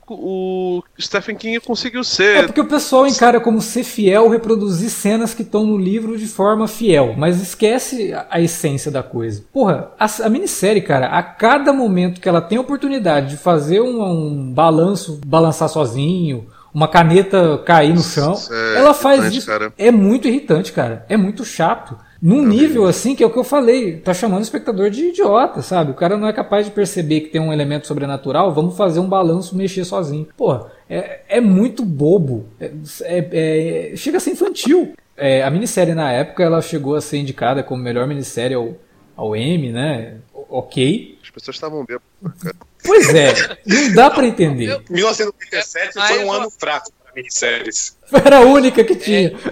o Stephen King conseguiu É ser. porque o pessoal encara como ser fiel reproduzir cenas que estão no livro de forma fiel, mas esquece a, a essência da coisa. Porra, a, a minissérie, cara, a cada momento que ela tem a oportunidade de fazer um, um balanço, balançar sozinho, uma caneta cair no chão, É ela faz irritante, isso. cara. É muito irritante, cara. É muito chato. Num nível assim, que é o que eu falei, tá chamando o espectador de idiota, sabe? O cara não é capaz de perceber que tem um elemento sobrenatural, vamos fazer um balanço mexer sozinho. Porra, é, é muito bobo. É, é, é, chega a ser infantil. É, a minissérie na época, ela chegou a ser indicada como melhor minissérie ao, ao Emmy, né? Ok. As pessoas estavam bem. Cara. Pois é, não dá pra entender. mil novecentos e noventa e sete Aí foi eu um vou- ano fraco para minisséries. Era a única que tinha.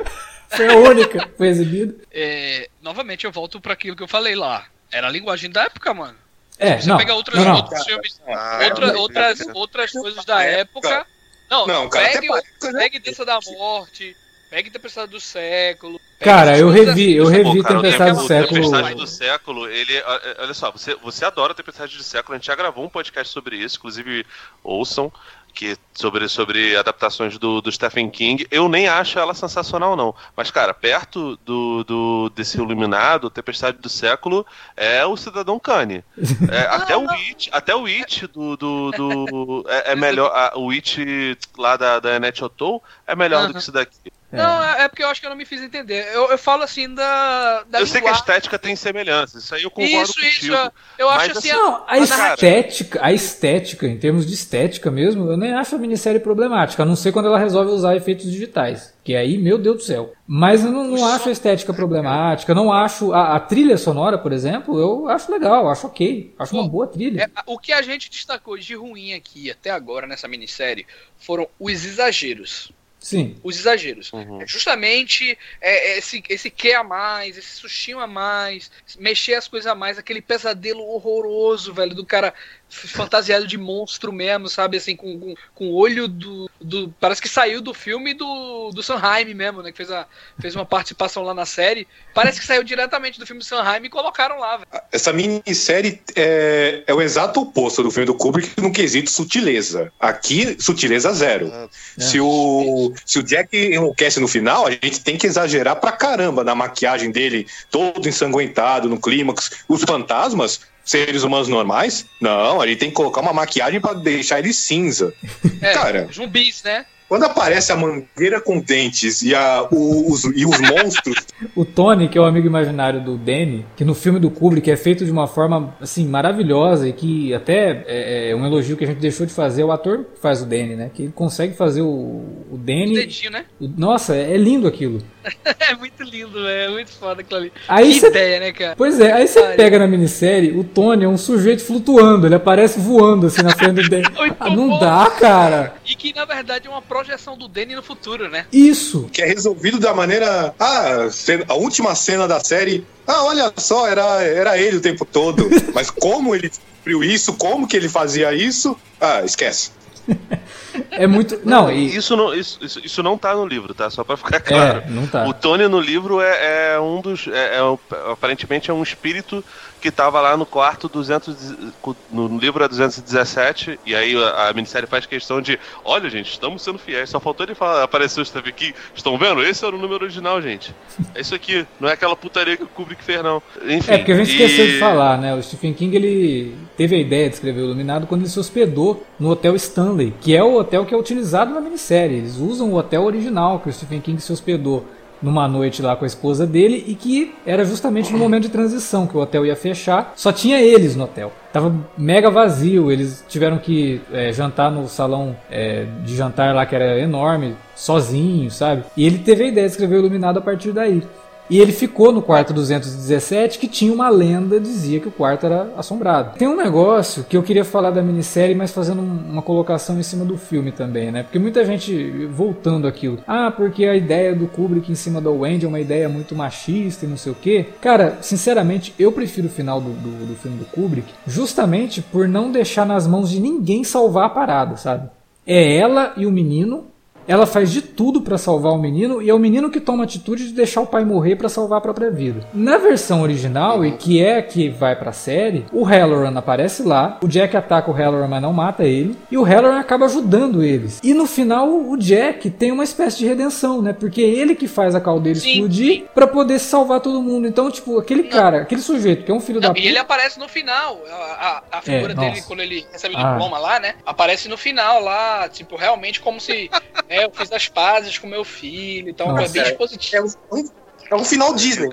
Foi a única que foi exibida. É, novamente, eu volto pra aquilo que eu falei lá. Era a linguagem da época, mano. É, Você não, pega outras, não, não. outros filmes, Ah, outra, não, outras, não. outras coisas da época. Não, Não, cara, pegue, até parece- pegue Dança da Morte, pegue Tempestade do Século. pegue Cara, essas eu coisas revi, assim, eu você- revi Pô, cara, o Tempestade Tempo- do o Século. Tempestade do Século, ele. Olha só, você, você adora Tempestade do Século, a gente já gravou um podcast sobre isso, inclusive ouçam, que, sobre, sobre adaptações do, do Stephen King. Eu nem acho ela sensacional, não. Mas, cara, perto do, do desse Iluminado, Tempestade do Século é o Cidadão Kane. É, até o It, até o It do. do, do é, é melhor. A, o It lá da, da Annette Otto é melhor do que isso daqui. Não, é, é porque eu acho que eu não me fiz entender. Eu, eu falo assim da. da eu sei que a linguagem. estética tem semelhanças, isso aí eu concordo Isso, contigo. isso. Eu acho Mas, assim. assim, a- Não, a a narrativa- estética, a estética, em termos de estética mesmo, eu nem acho a minissérie problemática, a não ser quando ela resolve usar efeitos digitais. Que aí, meu Deus do céu. Mas eu não, não acho a estética problemática, não acho. A, a trilha sonora, por exemplo, eu acho legal, acho ok. Acho uma boa trilha. É, o que a gente destacou de ruim aqui até agora nessa minissérie foram os exageros. Sim. Os exageros. Uhum. É justamente é, esse, esse que a mais, esse sustinho a mais, mexer as coisas a mais, aquele pesadelo horroroso, velho, do cara fantasiado de monstro mesmo, sabe? Assim, com, com, com o olho do, do. Parece que saiu do filme do, do Sanheim mesmo, né? Que fez, a, fez uma participação lá na série. Parece que saiu diretamente do filme do Sanheim e colocaram lá, velho. Essa minissérie é, é o exato oposto do filme do Kubrick no quesito sutileza. Aqui, sutileza zero. É. Se, o, se o Jack enlouquece no final, a gente tem que exagerar pra caramba na maquiagem dele, todo ensanguentado no clímax. Os fantasmas, seres humanos normais, não, a gente tem que colocar uma maquiagem pra deixar ele cinza. É, Cara, zumbis, né? quando aparece a mangueira com dentes e, a, o- os, e os monstros, O Tony, que é o amigo imaginário do Danny, que no filme do Kubrick é feito de uma forma assim maravilhosa e que até é, é um elogio que a gente deixou de fazer, o ator que faz o Danny, né? Que ele consegue fazer o, o O Danny. dedinho, né? o- nossa, é lindo aquilo. É muito lindo, velho. É muito foda aquilo ali. Aí que cê- ideia, né, cara? Pois é, aí você Cara. pega na minissérie, o Tony é um sujeito flutuando, ele aparece voando assim na frente do Danny. Muito Ah, não bom. dá, cara. E que na verdade é uma projeção do Danny no futuro, né? Isso. que é resolvido da maneira. Ah, cena- a última cena da série. Ah, olha só, era, era ele o tempo todo. Mas como ele descobriu isso? Como que ele fazia isso? Ah, esquece. É muito. Não, e. Isso não, isso, isso, isso não tá no livro, tá? Só pra ficar claro. É, não tá. O Tony no livro é, é um dos. É, é o- aparentemente é um espírito que tava lá no quarto duzentos. No livro é duzentos e dezessete. E aí a, a minissérie faz questão de: olha, gente, estamos sendo fiéis. Só faltou ele falar, apareceu o Stephen King. Estão vendo? Esse era o número original, gente. É isso aqui. Não é aquela putaria que o Kubrick fez, não. Enfim. É, porque a gente e- esqueceu de falar, né? O Stephen King, ele teve a ideia de escrever o Iluminado quando ele se hospedou no Hotel Stanley, que é o hotel que é utilizado na minissérie. Eles usam o hotel original que o Stephen King se hospedou numa noite lá com a esposa dele e que era justamente no momento de transição que o hotel ia fechar, só tinha eles no hotel. Tava mega vazio, eles tiveram que é, jantar no salão é, de jantar lá que era enorme, sozinho, sabe? E ele teve a ideia de escrever o Iluminado a partir daí. E ele ficou no quarto duzentos e dezessete, que tinha uma lenda, dizia que o quarto era assombrado. Tem um negócio que eu queria falar da minissérie, mas fazendo um- uma colocação em cima do filme também, né? Porque muita gente, voltando àquilo, ah, porque a ideia do Kubrick em cima do Wendy é uma ideia muito machista e não sei o quê. Cara, sinceramente, eu prefiro o final do, do, do filme do Kubrick justamente por não deixar nas mãos de ninguém salvar a parada, sabe? É ela e o menino. Ela faz de tudo pra salvar o menino e é o menino que toma a atitude de deixar o pai morrer pra salvar a própria vida. Na versão original, e que é a que vai pra série, o Halloran aparece lá, o Jack ataca o Halloran, mas não mata ele, e o Halloran acaba ajudando eles. E no final, o Jack tem uma espécie de redenção, né? Porque é ele que faz a caldeira Sim, explodir sim. pra poder salvar todo mundo. Então, tipo, aquele cara, aquele sujeito que é um filho da Não, puta... e ele aparece no final. A, a, a figura É, dele, nossa. quando ele recebe o Ah. diploma lá, né? Aparece no final lá, tipo, realmente como se é, eu fiz as pazes com meu filho e tal. É Nossa. bem É positivo. um, é um final Disney.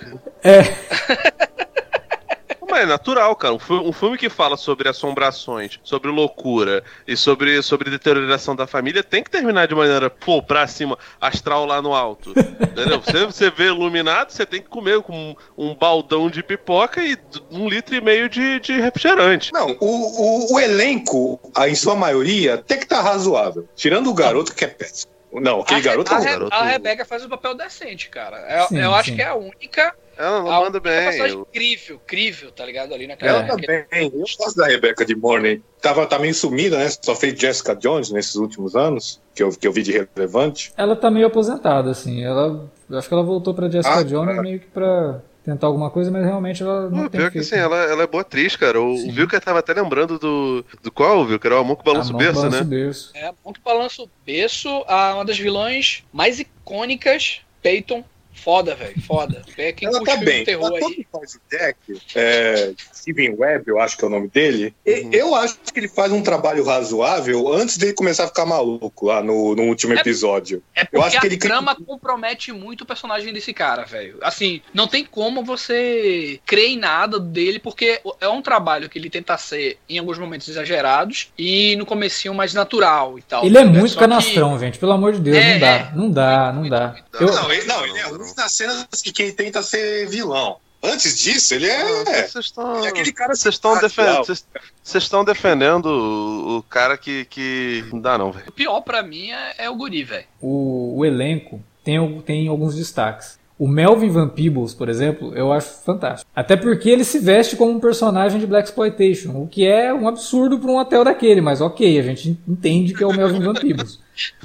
Mas é natural, cara. Um filme, um filme que fala sobre assombrações, sobre loucura e sobre, sobre deterioração da família tem que terminar de maneira, pô, pra cima, astral lá no alto. Entendeu? Você, você vê Iluminado, você tem que comer com um, um baldão de pipoca e um litro e meio de, de refrigerante. Não, o, o, o elenco, a- em sua maioria, até que tá razoável. Tirando o garoto que é péssimo. Não, aquele a, garoto a, não. Re- garoto- a Rebeca faz um papel decente, cara. Eu, Sim, eu acho sim. que é a única. Ela não a manda única bem. personagem eu- incrível, incrível, tá ligado? Ali naquela. Ela também. Eu gosto da Rebecca de Mornay. Tava, tá meio sumida, né? Só fez Jessica Jones nesses últimos anos, que eu, que eu vi de relevante. Ela tá meio aposentada, assim. Ela, eu acho que ela voltou pra Jessica Ah, Jones é. meio que pra tentar alguma coisa, mas realmente ela não Pô, tem pior que feito. assim, ela, ela é boa atriz, cara. O, o Vilker tava até lembrando do. Do qual, Vilker? Era o Amor que Balança A o mão Berço, balança o né? berço. É, Monk Balança o Berço, a- uma das vilãs mais icônicas, Peyton. Foda, velho, foda. É quem Ela curte tá filme bem. de terror Ela aí. quando faz o Jack, é, Steven Webb, eu acho que é o nome dele. e- Uhum. Eu acho que ele faz um trabalho razoável antes dele começar a ficar maluco lá no, no último É- episódio. É Eu porque acho que a ele cria- trama compromete muito o personagem desse cara, velho. Assim, não tem como você crer em nada dele, porque é um trabalho que ele tenta ser, em alguns momentos, exagerados, e no comecinho mais natural e tal. Ele é Só muito que- canastrão, gente. Pelo amor de Deus, É, não dá. é. Não dá, Muito, não muito, dá. muito. Eu- Não, ele, não, ele é ruim nas cenas que quem tenta ser vilão. Antes disso, ele Ah, é. Vocês estão. é aquele cara Vocês estão simpático, defendendo. lá. Vocês vocês estão defendendo o, o cara que, que. Não dá, não, velho. O pior pra mim é, é o guri, velho. o, o elenco tem, al- tem alguns destaques. O Melvin Van Peebles, por exemplo, eu acho fantástico. Até porque ele se veste como um personagem de Blaxploitation, o que é um absurdo para um hotel daquele, mas ok, a gente entende que é o Melvin Van Peebles.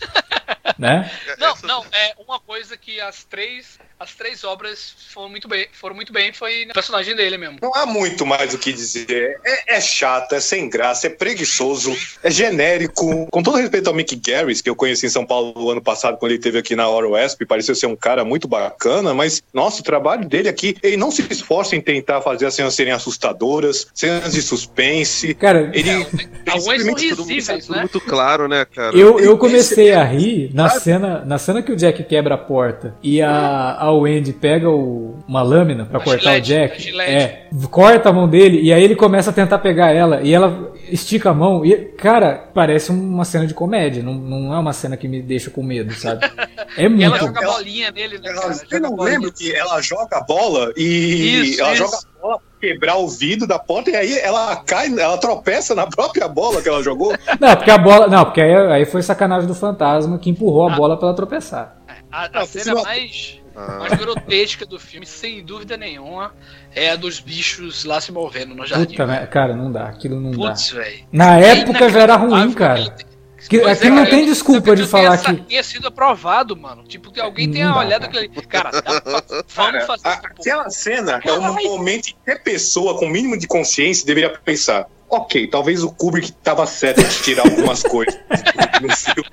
Né? Não, não, é uma coisa que as três, as três obras foram muito bem, foram muito bem, foi no personagem dele mesmo. Não há muito mais o que dizer. É, é chato, é sem graça, é preguiçoso, é genérico. Com todo respeito ao Mick Garris, que eu conheci em São Paulo no ano passado, quando ele esteve aqui na Orwesp, pareceu ser um cara muito bacana, mas, nossa, o trabalho dele aqui, ele não se esforça em tentar fazer as cenas serem assustadoras, cenas de suspense. Cara, Ele, É, ele alguns são simplesmente Tudo, muito- risíveis, tudo né? muito claro, né, cara? eu, eu comecei a rir na cena, na cena que o Jack quebra a porta e a, a Wendy pega o- uma lâmina pra A cortar gilete, o a Jack. gilete. É, corta a mão dele e aí ele começa a tentar pegar ela e ela estica a mão e, cara, parece uma cena de comédia, não, não é uma cena que me deixa com medo, sabe? É E muito. ela joga a Ela- bolinha nele, né, Ela, cara? você Joga a não bolinha. lembra que ela joga a bola e Isso, ela isso. joga a bola pra quebrar o vidro da porta e aí ela cai, ela tropeça na própria bola que ela jogou. Não, porque a bola. Não, porque aí, aí foi sacanagem do fantasma que empurrou a bola pra ela tropeçar. A, a Não, cena não. mais, Ah. mais grotesca do filme, sem dúvida nenhuma, é a dos bichos lá se movendo no jardim. Puta, né? Cara, não dá. Aquilo não Putz, dá. velho. Na época já era ruim, Inacreditável cara. aquele- Que- Pois aqui não cara, tem eu- desculpa eu de tenho falar essa- que- Tenha sido aprovado, mano. Tipo, que alguém Não tenha dá, olhado cara. aquilo ali. Cara, dá pra- vamos Cara, fazer a- essa porra. aquela cena é um Caralho. momento em que a pessoa com o mínimo de consciência deveria pensar: ok, talvez o Kubrick estava certo de tirar algumas coisas no filme.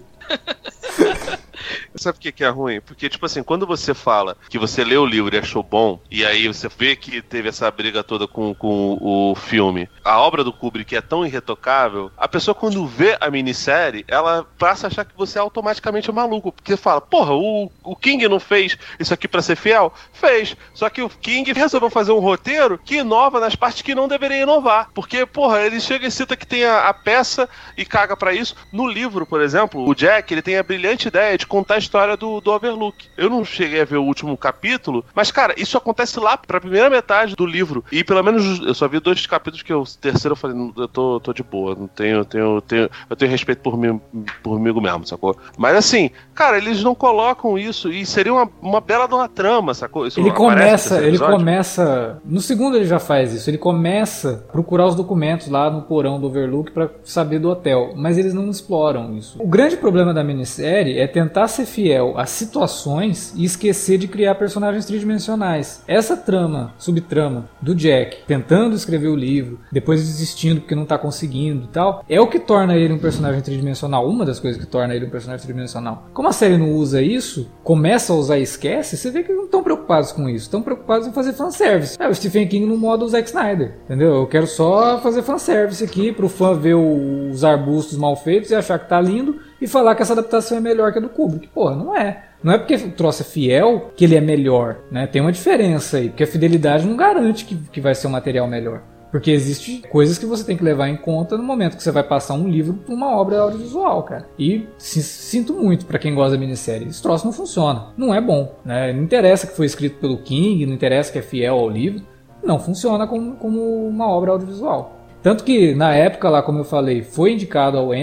Sabe por que, que é ruim? Porque, tipo assim, quando você fala que você leu o livro e achou bom, e aí você vê que teve essa briga toda com, com o filme, a obra do Kubrick é tão irretocável, a pessoa quando vê a minissérie, ela passa a achar que você é automaticamente maluco, porque fala, porra, o, o King não fez isso aqui pra ser fiel? Fez, só que o King resolveu fazer um roteiro que inova nas partes que não deveria inovar, porque, porra, ele chega e cita que tem a, a peça e caga pra isso. No livro, por exemplo, o Jack, ele tem a brilhante ideia de contar a história do, do Overlook. Eu não cheguei a ver o último capítulo, mas, cara, isso acontece lá pra primeira metade do livro. E pelo menos eu só vi dois capítulos que o terceiro eu falei, "Não, eu tô, tô de boa, não tenho, tenho, tenho, eu tenho respeito por mim, por mim mesmo, sacou? Mas assim, cara, eles não colocam isso e seria uma, uma bela de uma trama, sacou? Isso Ele aparece no começa, terceiro ele episódio? começa. No segundo ele já faz isso. Ele começa a procurar os documentos lá no porão do Overlook pra saber do hotel. Mas eles não exploram isso. O grande problema da minissérie é tentar ser fiel às situações e esquecer de criar personagens tridimensionais. Essa trama, subtrama do Jack tentando escrever o livro, depois desistindo porque não tá conseguindo e tal, é o que torna ele um personagem tridimensional. Uma das coisas que torna ele um personagem tridimensional. Como a série não usa isso, começa a usar e esquece, você vê que não estão preocupados com isso. Estão preocupados em fazer fanservice. É, o Stephen King no modo Zack Snyder, entendeu? Eu quero só fazer fanservice aqui pro fã ver o- os arbustos mal feitos e achar que tá lindo e falar que essa adaptação é melhor que a do Kubrick. Porra, não é. Não é porque o troço é fiel que ele é melhor, né? Tem uma diferença aí, porque a fidelidade não garante que, que vai ser um material melhor. Porque existem coisas que você tem que levar em conta no momento que você vai passar um livro para uma obra audiovisual, cara. E si- sinto muito para quem gosta da minissérie. Esse troço não funciona. Não é bom, né? Não interessa que foi escrito pelo King, não interessa que é fiel ao livro. Não funciona como, como uma obra audiovisual. Tanto que, na época lá, como eu falei, foi indicado ao Emmy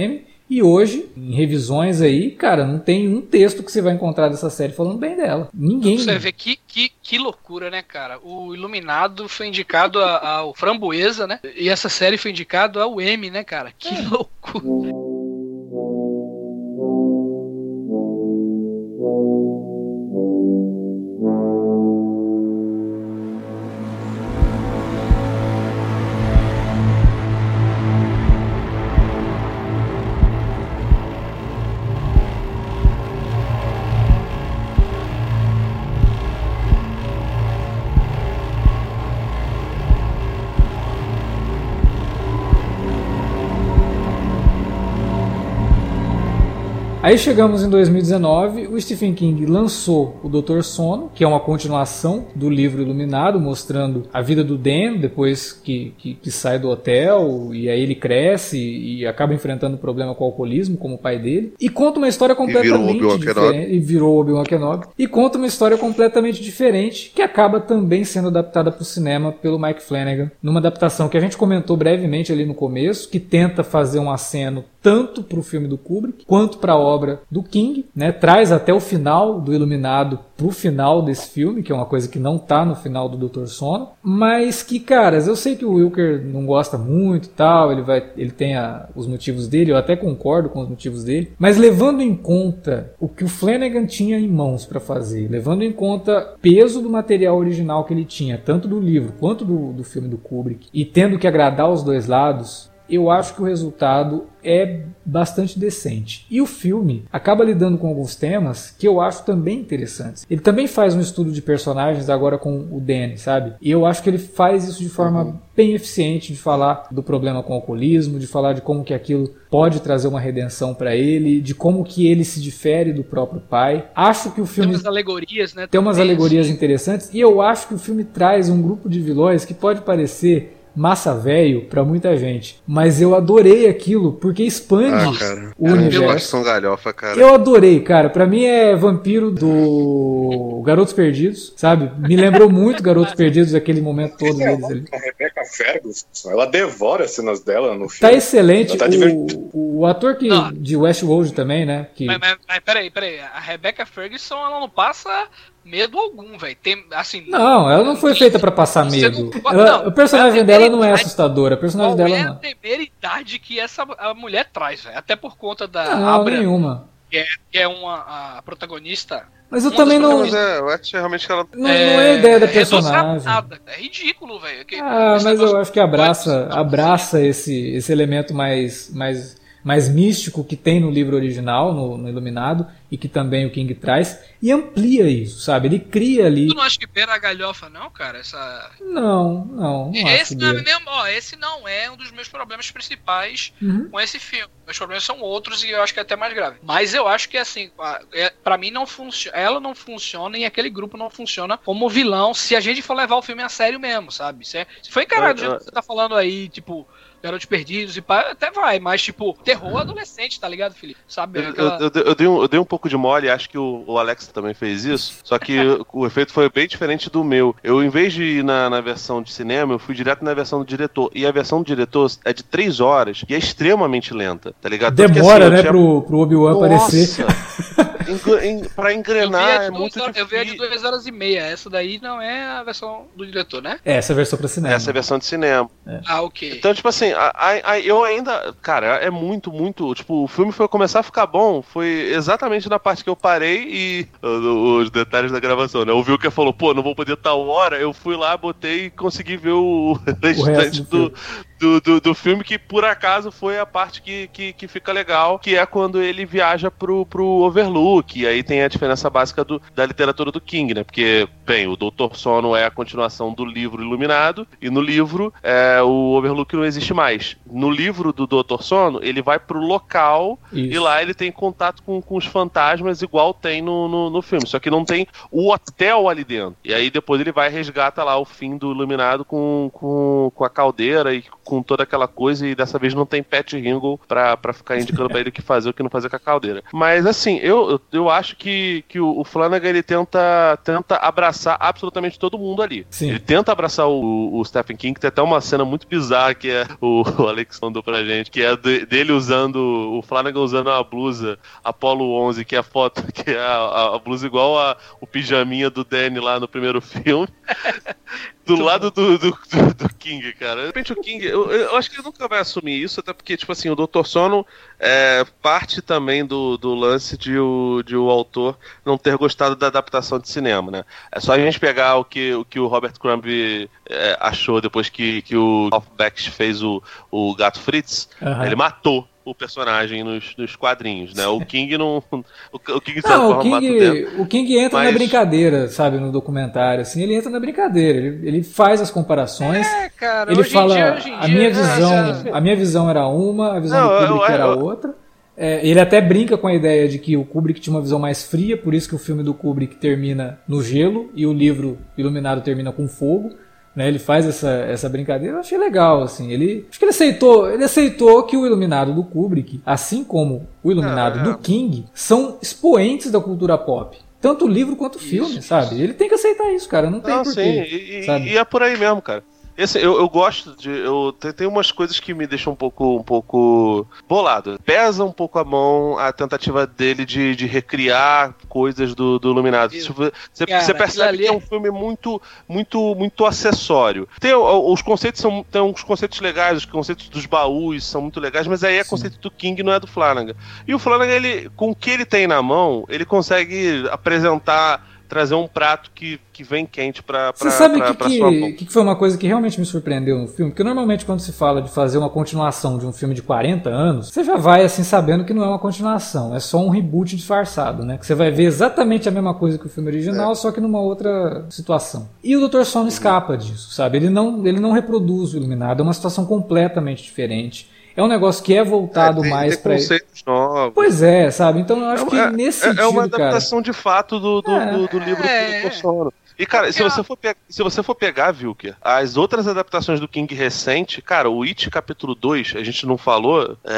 E hoje, em revisões aí, cara, não tem um texto que você vai encontrar dessa série falando bem dela. Ninguém. Você vê que, que, que loucura, né, cara? O Iluminado foi indicado ao Framboesa, né? E essa série foi indicado ao Emmy, né, cara? Que é. loucura. Aí chegamos em dois mil e dezenove, o Stephen King lançou o doutor Sono, que é uma continuação do livro Iluminado, mostrando a vida do Dan depois que, que, que sai do hotel, e aí ele cresce e acaba enfrentando problema com o alcoolismo, como o pai dele, e conta uma história completamente diferente, e virou Obi-Wan Kenobi, e conta uma história completamente diferente, que acaba também sendo adaptada para o cinema pelo Mike Flanagan, numa adaptação que a gente comentou brevemente ali no começo, que tenta fazer um aceno tanto para o filme do Kubrick, quanto para a obra do King, né? Traz até o final do Iluminado pro final desse filme, que é uma coisa que não tá no final do doutor Sono, mas que, caras, eu sei que o Wilker não gosta muito e tal, ele, vai, ele tem a, os motivos dele, eu até concordo com os motivos dele, mas levando em conta o que o Flanagan tinha em mãos para fazer, levando em conta o peso do material original que ele tinha, tanto do livro quanto do, do filme do Kubrick, e tendo que agradar os dois lados, eu acho que o resultado é bastante decente. E o filme acaba lidando com alguns temas que eu acho também interessantes. Ele também faz um estudo de personagens agora com o Danny, sabe? E eu acho que ele faz isso de forma uhum. bem eficiente, de falar do problema com o alcoolismo, de falar de como que aquilo pode trazer uma redenção para ele, de como que ele se difere do próprio pai. Acho que o filme... Tem umas alegorias, né? Tem umas alegorias interessantes. E eu acho que o filme traz um grupo de vilões que pode parecer massa velho pra muita gente, mas eu adorei aquilo porque expande ah, cara. o cara, universo. São galhofa, cara. Eu adorei, cara. Pra mim é vampiro do Garotos Perdidos, sabe? Me lembrou muito Garotos Perdidos, aquele momento todo é deles ali. A Rebecca Ferguson, ela devora as cenas dela no filme. Tá excelente. Tá o, o ator que, de Westworld também, né? Que... Mas, mas, mas peraí, peraí. A Rebecca Ferguson, ela não passa medo algum, velho. Tem, assim... Não, ela não foi feita pra passar medo. Não, ela, não, o personagem dela não é assustadora. O personagem qual dela é não. a temeridade que essa a mulher traz, velho. Até por conta da Não, Abra, nenhuma. Que é, que é uma a protagonista. Mas eu também não... Mas é, eu acho realmente que ela... Não é, não é a ideia da é personagem. É ridículo, velho. Ah, mas eu acho que abraça, abraça esse, esse elemento mais... mais mais místico que tem no livro original, no, no Iluminado, e que também o King traz, e amplia isso, sabe? Ele cria ali... Tu não acha que beira a galhofa, não, cara? Essa... Não, não, não esse acho não é que mesmo, ó, esse não é um dos meus problemas principais uhum. com esse filme. Meus problemas são outros e eu acho que é até mais grave. Mas eu acho que, assim, pra mim não funciona, ela não funciona e aquele grupo não funciona como vilão se a gente for levar o filme a sério mesmo, sabe? Se, é, se foi encarado do jeito que você tá falando aí, tipo... Garotos Perdidos e pá, até vai, mas tipo, terror adolescente, tá ligado, Felipe? Sabe? Aquela... Eu, eu, eu, dei um, eu dei um pouco de mole, acho que o, o Alex também fez isso, só que o efeito foi bem diferente do meu. Eu, em vez de ir na, na versão de cinema, eu fui direto na versão do diretor. E a versão do diretor é de três horas e é extremamente lenta, tá ligado? Demora, assim, né, tinha... pro, pro Obi-Wan aparecer. Engr... Pra engrenar é muito horas, difícil. Eu vi a de duas horas e meia. Essa daí não é a versão do diretor, né? É, essa é a versão pra cinema. Essa é a versão de cinema. É. Ah, ok. Então, tipo assim, a, a, a, eu ainda... Cara, é muito, muito... Tipo, o filme foi começar a ficar bbom, foi exatamente na parte que eu parei e... Os detalhes da gravação, né? O Wilker falou, pô, não vou poder tal hora. Eu fui lá, botei e consegui ver o restante do... Do, do, do filme, que por acaso foi a parte que, que, que fica legal, que é quando ele viaja pro, pro Overlook, e aí tem a diferença básica do, da literatura do King, né? Porque, bem, o doutor Sono é a continuação do livro Iluminado, e no livro é, o Overlook não existe mais. No livro do doutor Sono, ele vai pro local Isso. e lá ele tem contato com, com os fantasmas igual tem no, no, no filme, só que não tem o hotel ali dentro. E aí depois ele vai e resgata lá o fim do Iluminado com, com, com a caldeira e com com toda aquela coisa, e dessa vez não tem Pat Ringle pra, pra ficar indicando pra ele o que fazer, o que não fazer com a caldeira. Mas assim, eu, eu, eu acho que, que o, o Flanagan, ele tenta, tenta abraçar absolutamente todo mundo ali. Sim. Ele tenta abraçar o, o Stephen King, que tem até uma cena muito bizarra que é o, o Alex mandou pra gente, que é de, dele usando, o Flanagan usando a blusa Apollo onze, que é a foto, que é a, a, a blusa igual a, o pijaminha do Danny lá no primeiro filme. Do lado do, do, do, do King, cara. De repente o King, eu, eu acho que ele nunca vai assumir isso, até porque, tipo assim, o doutor Sono é parte também do, do lance de o, de o autor não ter gostado da adaptação de cinema, né? É só a gente pegar o que o, que o Robert Crumb é, achou depois que, que o Ralph Bakshi fez o, o Gato Fritz. Uhum. Ele matou o personagem nos, nos quadrinhos, né? O King não... O, o King, não, o King, o King entra mas... na brincadeira, sabe? No documentário, assim, ele entra na brincadeira. Ele, ele faz as comparações. É, cara, ele fala, dia, dia, a minha visão, é, a minha visão era uma, a visão não, do Kubrick eu, eu, era eu, outra. É, ele até brinca com a ideia de que o Kubrick tinha uma visão mais fria, por isso que o filme do Kubrick termina no gelo e o livro Iluminado termina com fogo. Né, ele faz essa, essa brincadeira, eu achei legal, assim, ele, acho que ele aceitou, ele aceitou que o Iluminado do Kubrick, assim como o Iluminado ah, é. do King, são expoentes da cultura pop, tanto o livro quanto o filme, isso, sabe, isso. Ele tem que aceitar isso, cara, não tem não, porquê, sim. E, sabe? E é por aí mesmo, cara. Esse, eu, eu gosto de. Eu, tem, tem umas coisas que me deixam um pouco, um pouco bolado. Pesa um pouco a mão a tentativa dele de, de recriar coisas do, do Iluminado. Você, Cara, você percebe ali... que é um filme muito, muito, muito acessório. Tem, os conceitos são tem uns conceitos legais, os conceitos dos baús são muito legais, mas aí é Sim. conceito do King, não é do Flanagan. E o Flanagan, ele, com o que ele tem na mão, ele consegue apresentar. Trazer um prato que, que vem quente pra, pra, Você sabe pra, que, pra que, sua mão. que foi uma coisa que realmente me surpreendeu no filme? Porque normalmente quando se fala de fazer uma continuação de um filme de quarenta anos, você já vai assim sabendo que não é uma continuação, é só um reboot disfarçado, né? Que você vai ver exatamente a mesma coisa que o filme original, é. só que numa outra situação. E o doutor Sono escapa disso, sabe? Ele não, ele não reproduz o Iluminado, é uma situação completamente diferente. É um negócio que é voltado é, tem, mais para conceitos novos. Pois é, sabe? Então eu acho é, que é, nesse sentido, é uma adaptação cara... de fato do, do, é, do, do livro é, do doutor Sono. E, cara, se você for, pe- se você for pegar, Vilker, as outras adaptações do King recente, cara, o It capítulo dois, a gente não falou é,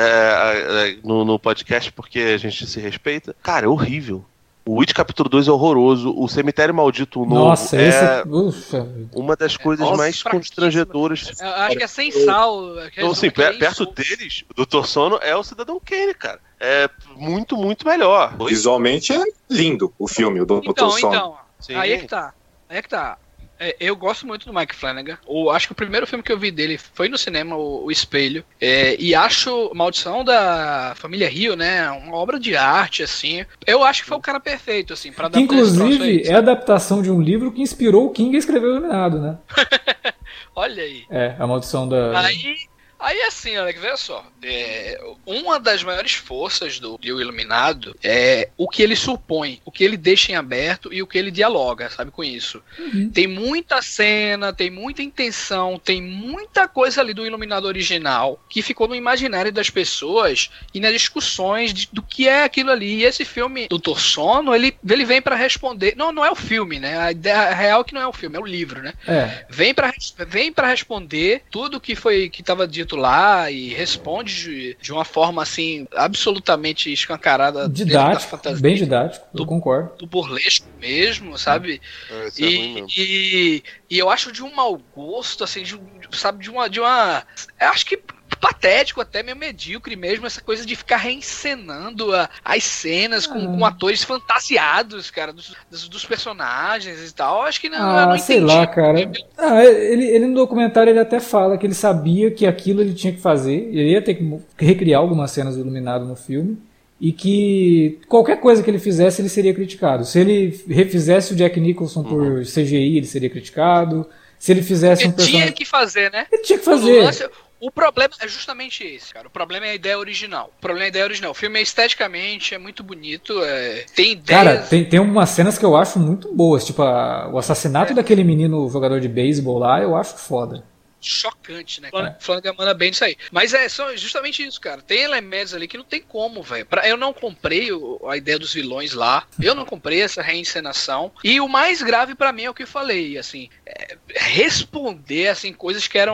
é, no, no podcast porque a gente se respeita. Cara, é horrível. O It capítulo dois é horroroso. O Cemitério Maldito Novo Nossa, é esse... Ufa. uma das coisas Nossa, mais constrangedoras. Eu acho que é sem sal. Então, assim, per- perto deles, o doutor Sono é o Cidadão Kane, cara. É muito, muito melhor. Visualmente é lindo o filme, o doutor então, Sono. Então, Sim. aí é que tá. Aí é que tá. É, eu gosto muito do Mike Flanagan. O, acho que o primeiro filme que eu vi dele foi no cinema, o, o Espelho. É, e acho Maldição da Família Rio, né? Uma obra de arte, assim. Eu acho que foi o cara perfeito, assim, pra adaptar. Inclusive, é a adaptação de um livro que inspirou o King a escrever o Iluminado, né? Olha aí. É, a Maldição da... Aí... Aí assim, Alex, veja só, é, uma das maiores forças do, do Iluminado é o que ele supõe, o que ele deixa em aberto e o que ele dialoga, sabe, com isso. Uhum. Tem muita cena, tem muita intenção, tem muita coisa ali do Iluminado original que ficou no imaginário das pessoas e nas discussões de, do que é aquilo ali. E esse filme, Doutor Sono, ele, ele vem pra responder, não, não é o filme, né, a ideia real é que não é o filme, é o livro, né. É. Vem pra, vem pra responder tudo que foi, que tava dito lá e responde de, de uma forma assim absolutamente escancarada, didático, bem didático, eu do, concordo, do burlesco mesmo, sabe? É, e, é e, e eu acho de um mau gosto, assim, de, sabe, de uma, de uma, eu acho que patético, até meio medíocre mesmo, essa coisa de ficar reencenando a, as cenas com, ah. com atores fantasiados, cara, dos, dos, dos personagens e tal. Acho que não, ah, eu não sei entendi. lá, cara. Ah, ele, ele no documentário ele até fala que ele sabia que aquilo ele tinha que fazer, ele ia ter que recriar algumas cenas do Iluminado no filme, e que qualquer coisa que ele fizesse ele seria criticado. Se ele refizesse o Jack Nicholson por uhum. C G I, ele seria criticado. Se ele fizesse ele um personagem... tinha que fazer, né? Ele tinha que fazer. O lance... O problema é justamente esse, cara. O problema é a ideia original. O problema é a ideia original. O filme é esteticamente, é muito bonito, é... tem ideias... Cara, tem, tem umas cenas que eu acho muito boas, tipo a, o assassinato é. daquele menino jogador de beisebol lá, eu acho foda. Chocante, né? É. Flanagan manda bem nisso aí. Mas é só justamente isso, cara. Tem elementos ali que não tem como, velho. Eu não comprei o, a ideia dos vilões lá. Eu não comprei essa reencenação. E o mais grave pra mim é o que eu falei, assim, é responder assim coisas que eram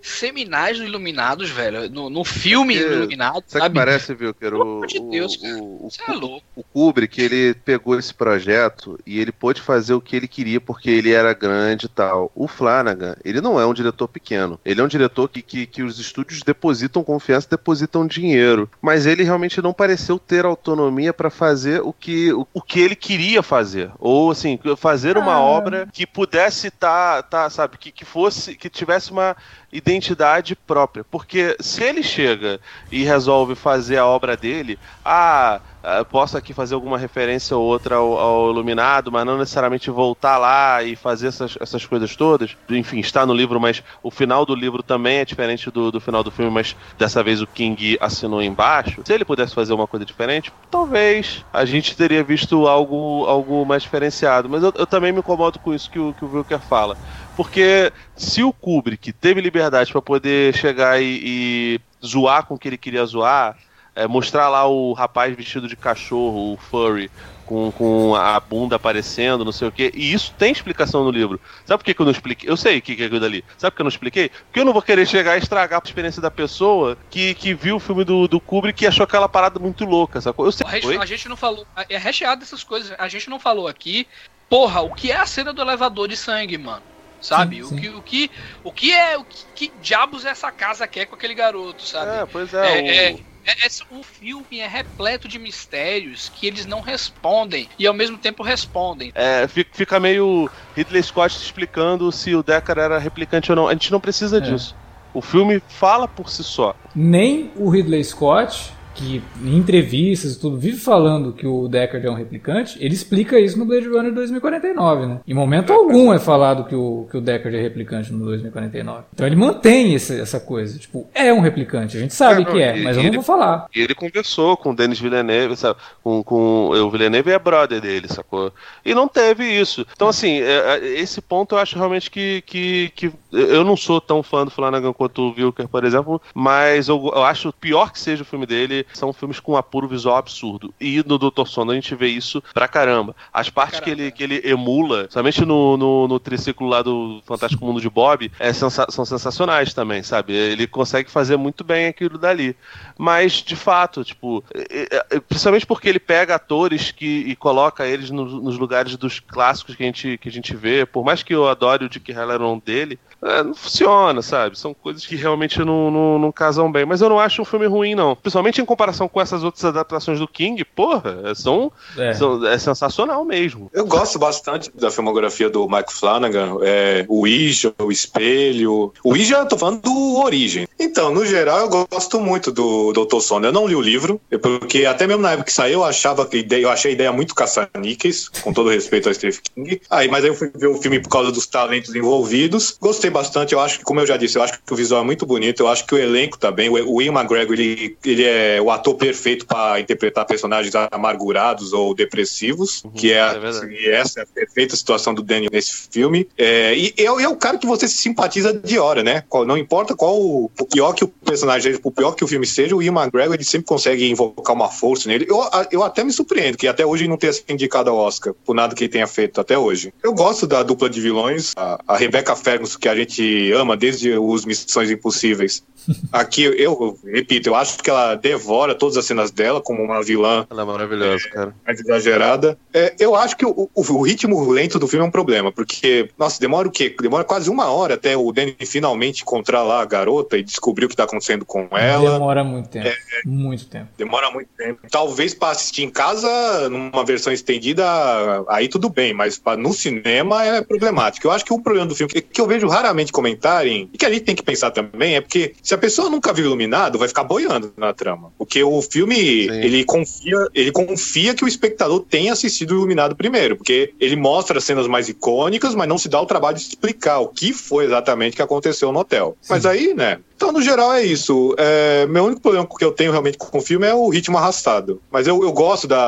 seminais do Iluminados, velho. No, no filme Porque, do Iluminados, sabe? sabe? Que parece, viu, que era o, de Deus, o, o, o, Você é louco. o Kubrick, ele pegou esse projeto e ele pôde fazer o que ele queria porque ele era grande e tal. O Flanagan, ele não é um diretor pequeno. Ele é um diretor que, que, que os estúdios depositam confiança, depositam dinheiro. Mas ele realmente não pareceu ter autonomia para fazer o que, o, o que ele queria fazer. Ou, assim, fazer uma Ah. obra que pudesse estar, tá, tá, sabe, que, que fosse, que tivesse uma identidade própria. Porque se ele chega e resolve fazer a obra dele, ah, posso aqui fazer alguma referência ou outra ao, ao Iluminado, mas não necessariamente voltar lá e fazer essas, essas coisas todas. Enfim, está no livro, mas o final do livro também é diferente do, do final do filme, mas dessa vez o King assinou embaixo. Se ele pudesse fazer uma coisa diferente, talvez a gente teria visto algo, algo mais diferenciado. Mas eu, eu também me incomodo com isso que o, que o Wilker fala. Porque se o Kubrick teve liberdade para poder chegar e, e zoar com o que ele queria zoar, é, mostrar lá o rapaz vestido de cachorro, o furry, com, com a bunda aparecendo, não sei o quê, e isso tem explicação no livro. Sabe por que, que eu não expliquei? Eu sei o que, que é aquilo dali. Sabe por que eu não expliquei? Porque eu não vou querer chegar e estragar a experiência da pessoa que, que viu o filme do, do Kubrick e achou aquela parada muito louca, sacou? Eu sei. A gente, a gente não falou, é recheado dessas coisas, a gente não falou aqui, porra, o que é a cena do elevador de sangue, mano? Sabe? Sim, sim. O, que, o, que, o que é. O que, que diabos essa casa quer com aquele garoto, sabe? É, pois é. É, o... é, é, é, o filme é repleto de mistérios que eles não respondem e ao mesmo tempo respondem. É, fica meio Ridley Scott explicando se o Deckard era replicante ou não. A gente não precisa É. disso. O filme fala por si só. Nem o Ridley Scott, que em entrevistas e tudo vive falando que o Deckard é um replicante, ele explica isso no Blade Runner dois mil e quarenta e nove, né? Em momento algum é falado que o, que o Deckard é replicante no dois mil e quarenta e nove. Então ele mantém esse, essa coisa, tipo, é um replicante, a gente sabe É, não, que é, e- mas e eu não ele- vou falar. E ele conversou com o Denis Villeneuve, sabe? Com, com o Villeneuve é brother dele, sacou? E não teve isso. Então, assim, é, é, esse ponto eu acho realmente que, que, que eu não sou tão fã do Flanagan quanto o Wilker, por exemplo, mas eu, eu acho pior que seja o filme dele, são filmes com apuro visual absurdo. E no doutor Sono a gente vê isso pra caramba. As partes que ele, que ele emula, somente no, no, no triciclo lá do Fantástico Mundo de Bob, é sensa- são sensacionais também, sabe? Ele consegue fazer muito bem aquilo dali. Mas, de fato, tipo, é- é- principalmente porque ele pega atores que, e coloca eles no- nos lugares dos clássicos que a gente, que a gente vê, por mais que eu adore o Dick Halloran dele, é, não funciona, sabe? São coisas que realmente não, não, não casam bem. Mas eu não acho um filme ruim, não. Principalmente em comparação com essas outras adaptações do King, porra, são, É. são- é sensacional mesmo. Eu gosto bastante da filmografia do Mike Flanagan, é, o Ouija, o Espelho. O Ouija, eu tô falando do Origem. Então, no geral, eu gosto muito do doutor Sono. Eu não li o livro, porque até mesmo na época que saiu, eu achava que a ideia, eu achei a ideia muito caça-níqueis, com todo respeito ao Stephen King. Aí, mas aí eu fui ver o filme por causa dos talentos envolvidos. Gostei bastante, eu acho que, como eu já disse, eu acho que o visual é muito bonito, eu acho que o elenco também, o o Ian McGregor, ele, ele é o ator perfeito para interpretar personagens amargurados ou depressivos, Uhum, que é, a- é verdade. e essa é a perfeita situação do Danny nesse filme. É, e é, é o cara que você se simpatiza de hora, né? Qual- Não importa qual o, o pior que o personagem seja, o pior que o filme seja, o Ian McGregor, ele sempre consegue invocar uma força nele. Eu, a- eu até me surpreendo que até hoje não tenha sido indicado ao Oscar por nada que ele tenha feito até hoje. Eu gosto da dupla de vilões, a, a Rebecca Ferguson, que a gente ama desde os Missões Impossíveis. Aqui, eu, eu repito, eu acho que ela devora todas as cenas dela como uma vilã Ela é maravilhosa, cara. mais exagerada. É, eu acho que o, o, o ritmo lento do filme é um problema, porque, nossa, demora o quê? Demora quase uma hora até o Danny finalmente encontrar lá a garota e descobrir o que tá acontecendo com ela. Demora muito tempo, muito tempo. Demora muito tempo. Talvez para assistir em casa, numa versão estendida, aí tudo bem, mas pra, no cinema é problemático. Eu acho que o problema do filme, que, que eu vejo raramente comentarem, e que a gente tem que pensar também, é porque se a pessoa nunca viu Iluminado, vai ficar boiando na trama. Porque o filme, ele confia, ele confia que o espectador tenha assistido o Iluminado primeiro, porque ele mostra as cenas mais icônicas, mas não se dá o trabalho de explicar o que foi exatamente que aconteceu no hotel. Sim. Mas aí, né... Então, no geral, é isso. É, meu único problema que eu tenho realmente com o filme é o ritmo arrastado. Mas eu, eu gosto da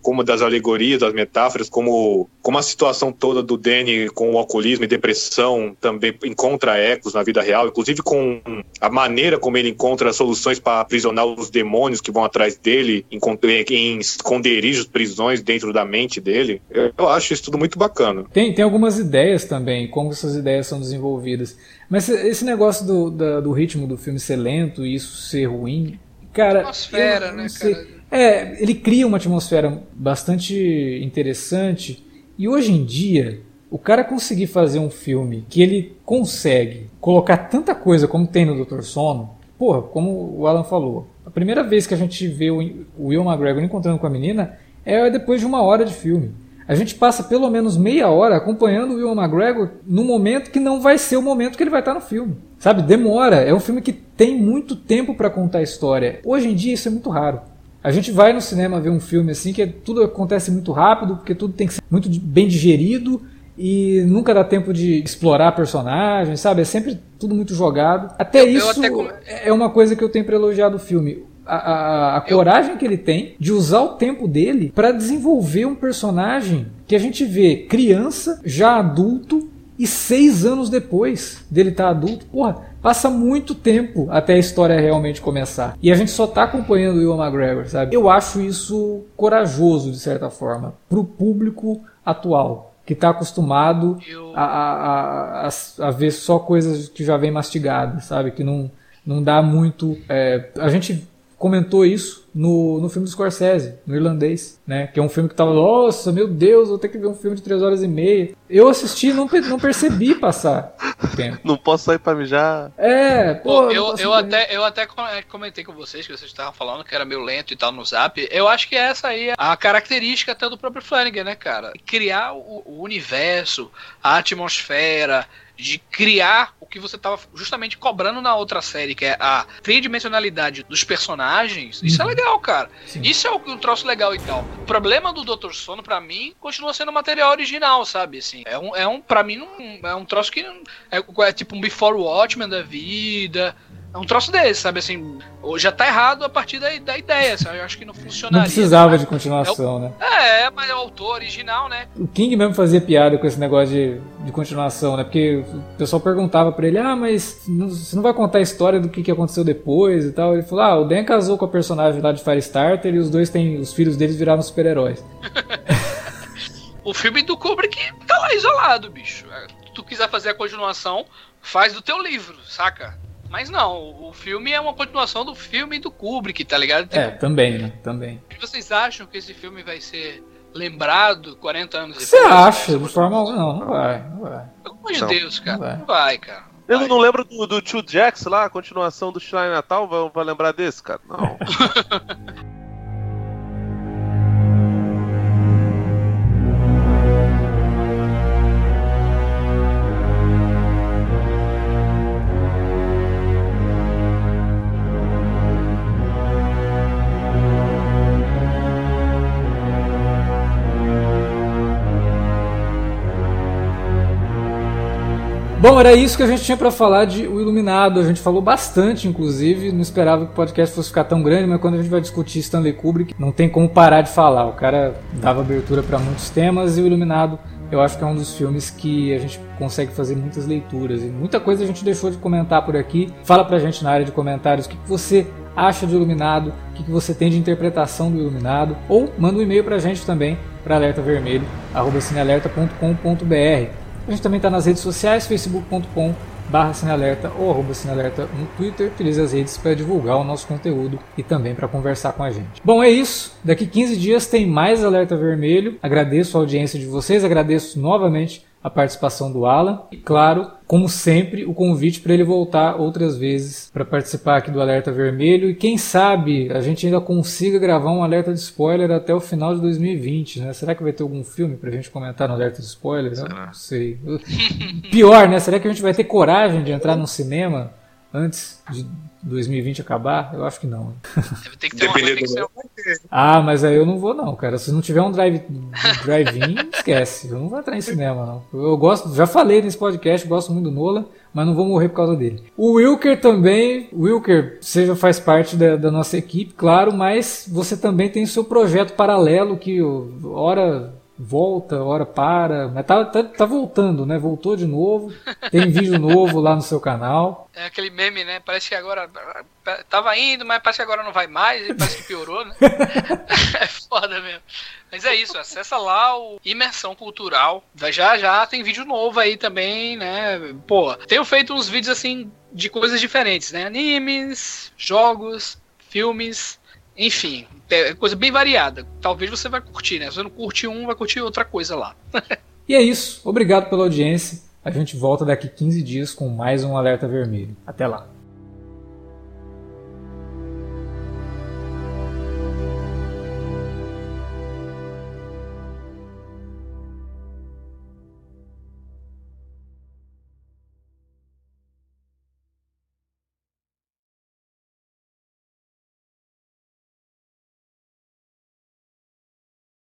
como das alegorias, das metáforas, como, como a situação toda do Danny com o alcoolismo e depressão também encontra ecos na vida real, inclusive com a maneira como ele encontra soluções para aprisionar os demônios que vão atrás dele, em, em esconderijos, prisões dentro da mente dele. Eu, eu acho isso tudo muito bacana. Tem, tem algumas ideias também, como essas ideias são desenvolvidas. Mas esse negócio do, da, do ritmo do filme ser lento e isso ser ruim, cara... Atmosfera, né, sei. cara? É, ele cria uma atmosfera bastante interessante e hoje em dia o cara conseguir fazer um filme que ele consegue colocar tanta coisa como tem no doutor Sono, porra, como o Alan falou, a primeira vez que a gente vê o Will McGregor encontrando com a menina é depois de uma hora de filme. A gente passa pelo menos meia hora acompanhando o Will McGregor no momento que não vai ser o momento que ele vai estar no filme. Sabe, demora, é um filme que tem muito tempo para contar a história. Hoje em dia isso é muito raro. A gente vai no cinema ver um filme assim que tudo acontece muito rápido, porque tudo tem que ser muito bem digerido e nunca dá tempo de explorar personagens, sabe? É sempre tudo muito jogado. Até eu, isso eu até come... é uma coisa que eu tenho para elogiar do filme. A, a, a eu... coragem que ele tem de usar o tempo dele para desenvolver um personagem que a gente vê criança, já adulto, e seis anos depois dele estar adulto, porra, passa muito tempo até a história realmente começar. E a gente só tá acompanhando o Ewan McGregor, sabe? Eu acho isso corajoso, de certa forma, pro público atual, que tá acostumado Eu... a, a, a, a ver só coisas que já vem mastigadas, sabe? Que não, não dá muito... É, a gente comentou isso no, no filme do Scorsese, no Irlandês, né? Que é um filme que tava, nossa, meu Deus, vou ter que ver um filme de três horas e meia. Eu assisti e não, não percebi passar o tempo. Não posso sair pra mijar. É, pô. pô eu, eu, até, eu até comentei com vocês, que vocês estavam falando que era meio lento e tal no Zap. Eu acho que essa aí é a característica até do próprio Flanagan, né, cara? Criar o, o universo, a atmosfera, de criar o que você estava justamente cobrando na outra série, que é a tridimensionalidade dos personagens. Isso uhum. é legal, cara. Sim. Isso é um troço legal e tal. O problema do doutor Sono, pra mim, continua sendo o material original, sabe? Assim, é um, é um pra mim, um, é um troço que é, é tipo um Before Watchmen da vida. É um troço desse, sabe? Assim, já tá errado a partir da, da ideia, sabe? Eu acho que não funcionaria. Não precisava mas, de continuação, é o, né? É, mas é o autor original, né? O King mesmo fazia piada com esse negócio de, de continuação, né? Porque o pessoal perguntava pra ele, ah, mas não, você não vai contar a história do que, que aconteceu depois e tal? Ele falou, ah, o Dan casou com a personagem lá de Firestarter e os dois têm, os filhos deles viraram super-heróis. O filme do Kubrick tá lá isolado, bicho. Se tu quiser fazer a continuação, faz do teu livro, saca? Mas não, o filme é uma continuação do filme do Kubrick, tá ligado? Tipo, é, também, né? Também. Vocês acham que esse filme vai ser lembrado quarenta anos depois? Você acha? De forma alguma, não, não vai, não vai. Pelo amor de Deus, cara, não vai, não vai cara. Não Eu vai. não lembro do, do Two Jacks lá, a continuação do Shrine Natal, vai, vai lembrar desse, cara? Não. Bom, era isso que a gente tinha pra falar de O Iluminado. A gente falou bastante, inclusive. Não esperava que o podcast fosse ficar tão grande, mas quando a gente vai discutir Stanley Kubrick, não tem como parar de falar. O cara dava abertura pra muitos temas e O Iluminado, eu acho que é um dos filmes que a gente consegue fazer muitas leituras. E muita coisa a gente deixou de comentar por aqui. Fala pra gente na área de comentários o que você acha de Iluminado, o que você tem de interpretação do Iluminado. Ou manda um e-mail pra gente também, para alertavermelho arroba cinealerta ponto com ponto b r. A gente também está nas redes sociais, facebook ponto com barra cinealerta ou arroba cinealerta no Twitter. Utilize as redes para divulgar o nosso conteúdo e também para conversar com a gente. Bom, é isso. Daqui quinze dias tem mais Alerta Vermelho. Agradeço a audiência de vocês, agradeço novamente a participação do Alan e, claro, como sempre, o convite para ele voltar outras vezes para participar aqui do Alerta Vermelho e quem sabe a gente ainda consiga gravar um alerta de spoiler até o final de dois mil e vinte, né? Será que vai ter algum filme pra gente comentar no alerta de spoiler? Eu não sei. Pior, né? Será que a gente vai ter coragem de entrar no cinema antes de dois mil e vinte acabar? Eu acho que não. Tem que ter uma, tem que ser uma... Ah, mas aí eu não vou não, cara. Se não tiver um drive, drive-in, esquece. Eu não vou entrar em cinema, não. Eu gosto, já falei nesse podcast, gosto muito do Nolan, mas não vou morrer por causa dele. O Wilker também, Wilker, você já faz parte da, da nossa equipe, claro, mas você também tem o seu projeto paralelo que hora volta, hora para, mas tá, tá, tá voltando, né? Voltou de novo, tem vídeo novo lá no seu canal. É aquele meme, né? Parece que agora tava indo, mas parece que agora não vai mais, e parece que piorou, né? É foda mesmo. Mas é isso, acessa lá o Imersão Cultural. Já já tem vídeo novo aí também, né? Pô, tenho feito uns vídeos assim de coisas diferentes, né? Animes, jogos, filmes, enfim, é coisa bem variada. Talvez você vai curtir, né? Se você não curte um, vai curtir outra coisa lá. E é isso. Obrigado pela audiência. A gente volta daqui quinze dias com mais um Alerta Vermelho. Até lá.